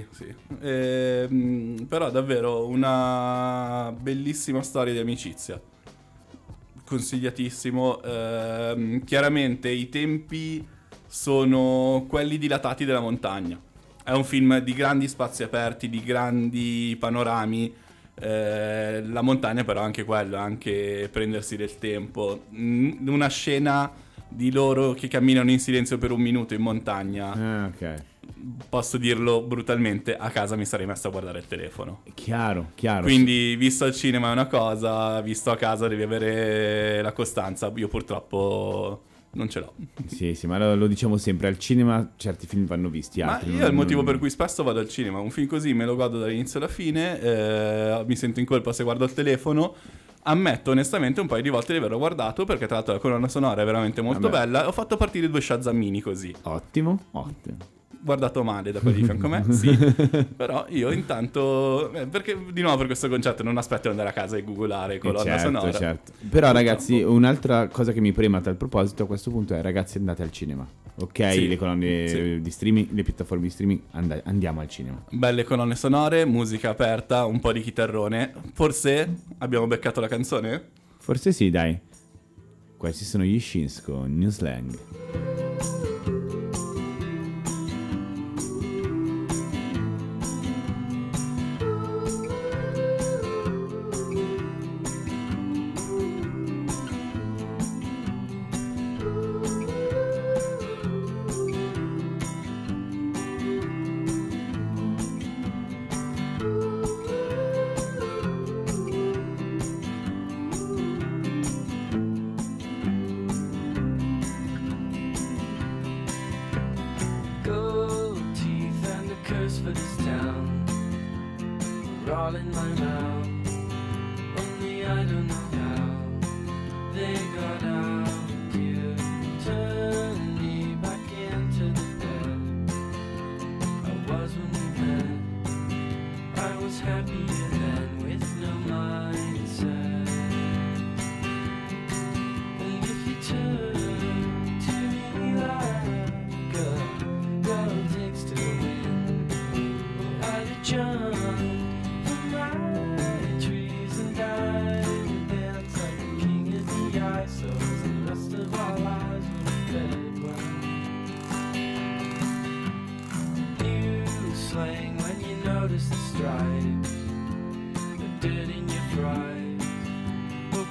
Però davvero una bellissima storia di amicizia. Consigliatissimo. Chiaramente i tempi sono quelli dilatati della montagna. È un film di grandi spazi aperti, di grandi panorami. La montagna però anche quello, anche prendersi del tempo. Una scena di loro che camminano in silenzio per un minuto in montagna. Ok. Posso dirlo brutalmente, a casa mi sarei messo a guardare il telefono. Chiaro. Quindi visto al cinema è una cosa, visto a casa devi avere la costanza. Io purtroppo non ce l'ho. Sì, ma lo diciamo sempre, al cinema certi film vanno visti, altri Ma io è il motivo per cui spesso vado al cinema. Un film così me lo godo dall'inizio alla fine, mi sento in colpa se guardo il telefono. Ammetto onestamente un paio di volte di averlo guardato, perché tra l'altro la colonna sonora è veramente molto bella. Ho fatto partire 2 Shazammini così. Ottimo. Guardato male da quelli di fianco a me, sì. Però io intanto, perché di nuovo per questo concetto non aspetto di andare a casa e googolare colonna sonora. Certo. Però ragazzi, un'altra cosa che mi preme a tal proposito a questo punto è: ragazzi, andate al cinema. Ok, Sì, le colonne di streaming, le piattaforme di streaming, andiamo al cinema. Belle colonne sonore, musica aperta, un po' di chitarrone. Forse abbiamo beccato la canzone? Forse sì, dai. Questi sono gli Shins con New Slang. Gold teeth and a curse for this town are all in my mouth. Only I don't know how they got out. You turned me back into the bed I was when we met. I was happier then with no mindset.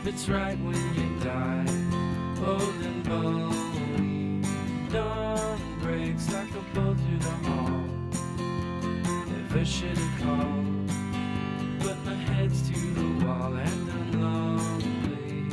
it's right when you die, old and bony. Dawn breaks like a bolt through the hall. Never should have called, but my head's to the wall and I'm lonely.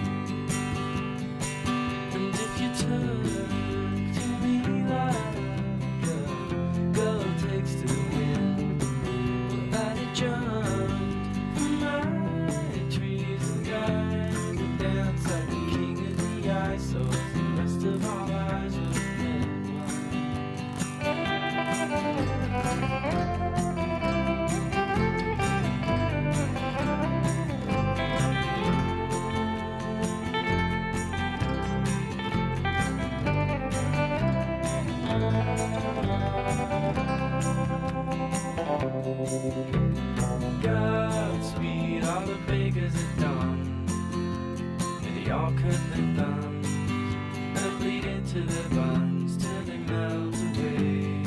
And if you took to me like a girl takes to the wind, well, I'd have jumped from my trees and gone to dance like the king of the ice, so the rest of our lives would have been Godspeed, all the bakers at dawn, and they all cut their thumbs and bleed into their buns till they melt away.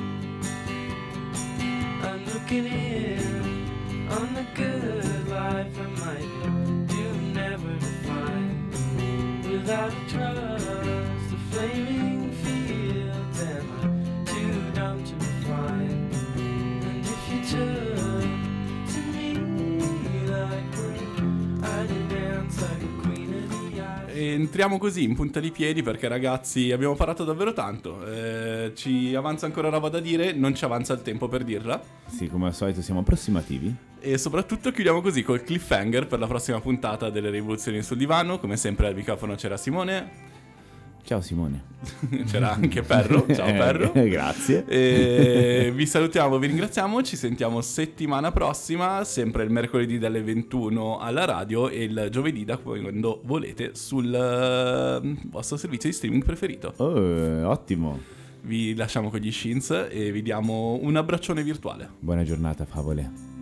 I'm looking in on the good life I might do never to find without trust, the flaming fields, and I'm too dumb to find. And if you took to me like when I did dance like a queen of the ice. E entriamo così in punta di piedi perché ragazzi abbiamo parlato davvero tanto, ci avanza ancora roba da dire, non ci avanza il tempo per dirla Sì, come al solito siamo approssimativi. e soprattutto chiudiamo così col cliffhanger per la prossima puntata delle rivoluzioni sul divano. Come sempre al microfono c'era Simone, Ciao Simone. c'era anche Perro, ciao Perro. Grazie. E vi salutiamo, vi ringraziamo, ci sentiamo settimana prossima, sempre il mercoledì dalle 21 alla radio e il giovedì da quando volete sul vostro servizio di streaming preferito. Oh, ottimo. Vi lasciamo con gli Shins e vi diamo un abbraccione virtuale. Buona giornata, favole.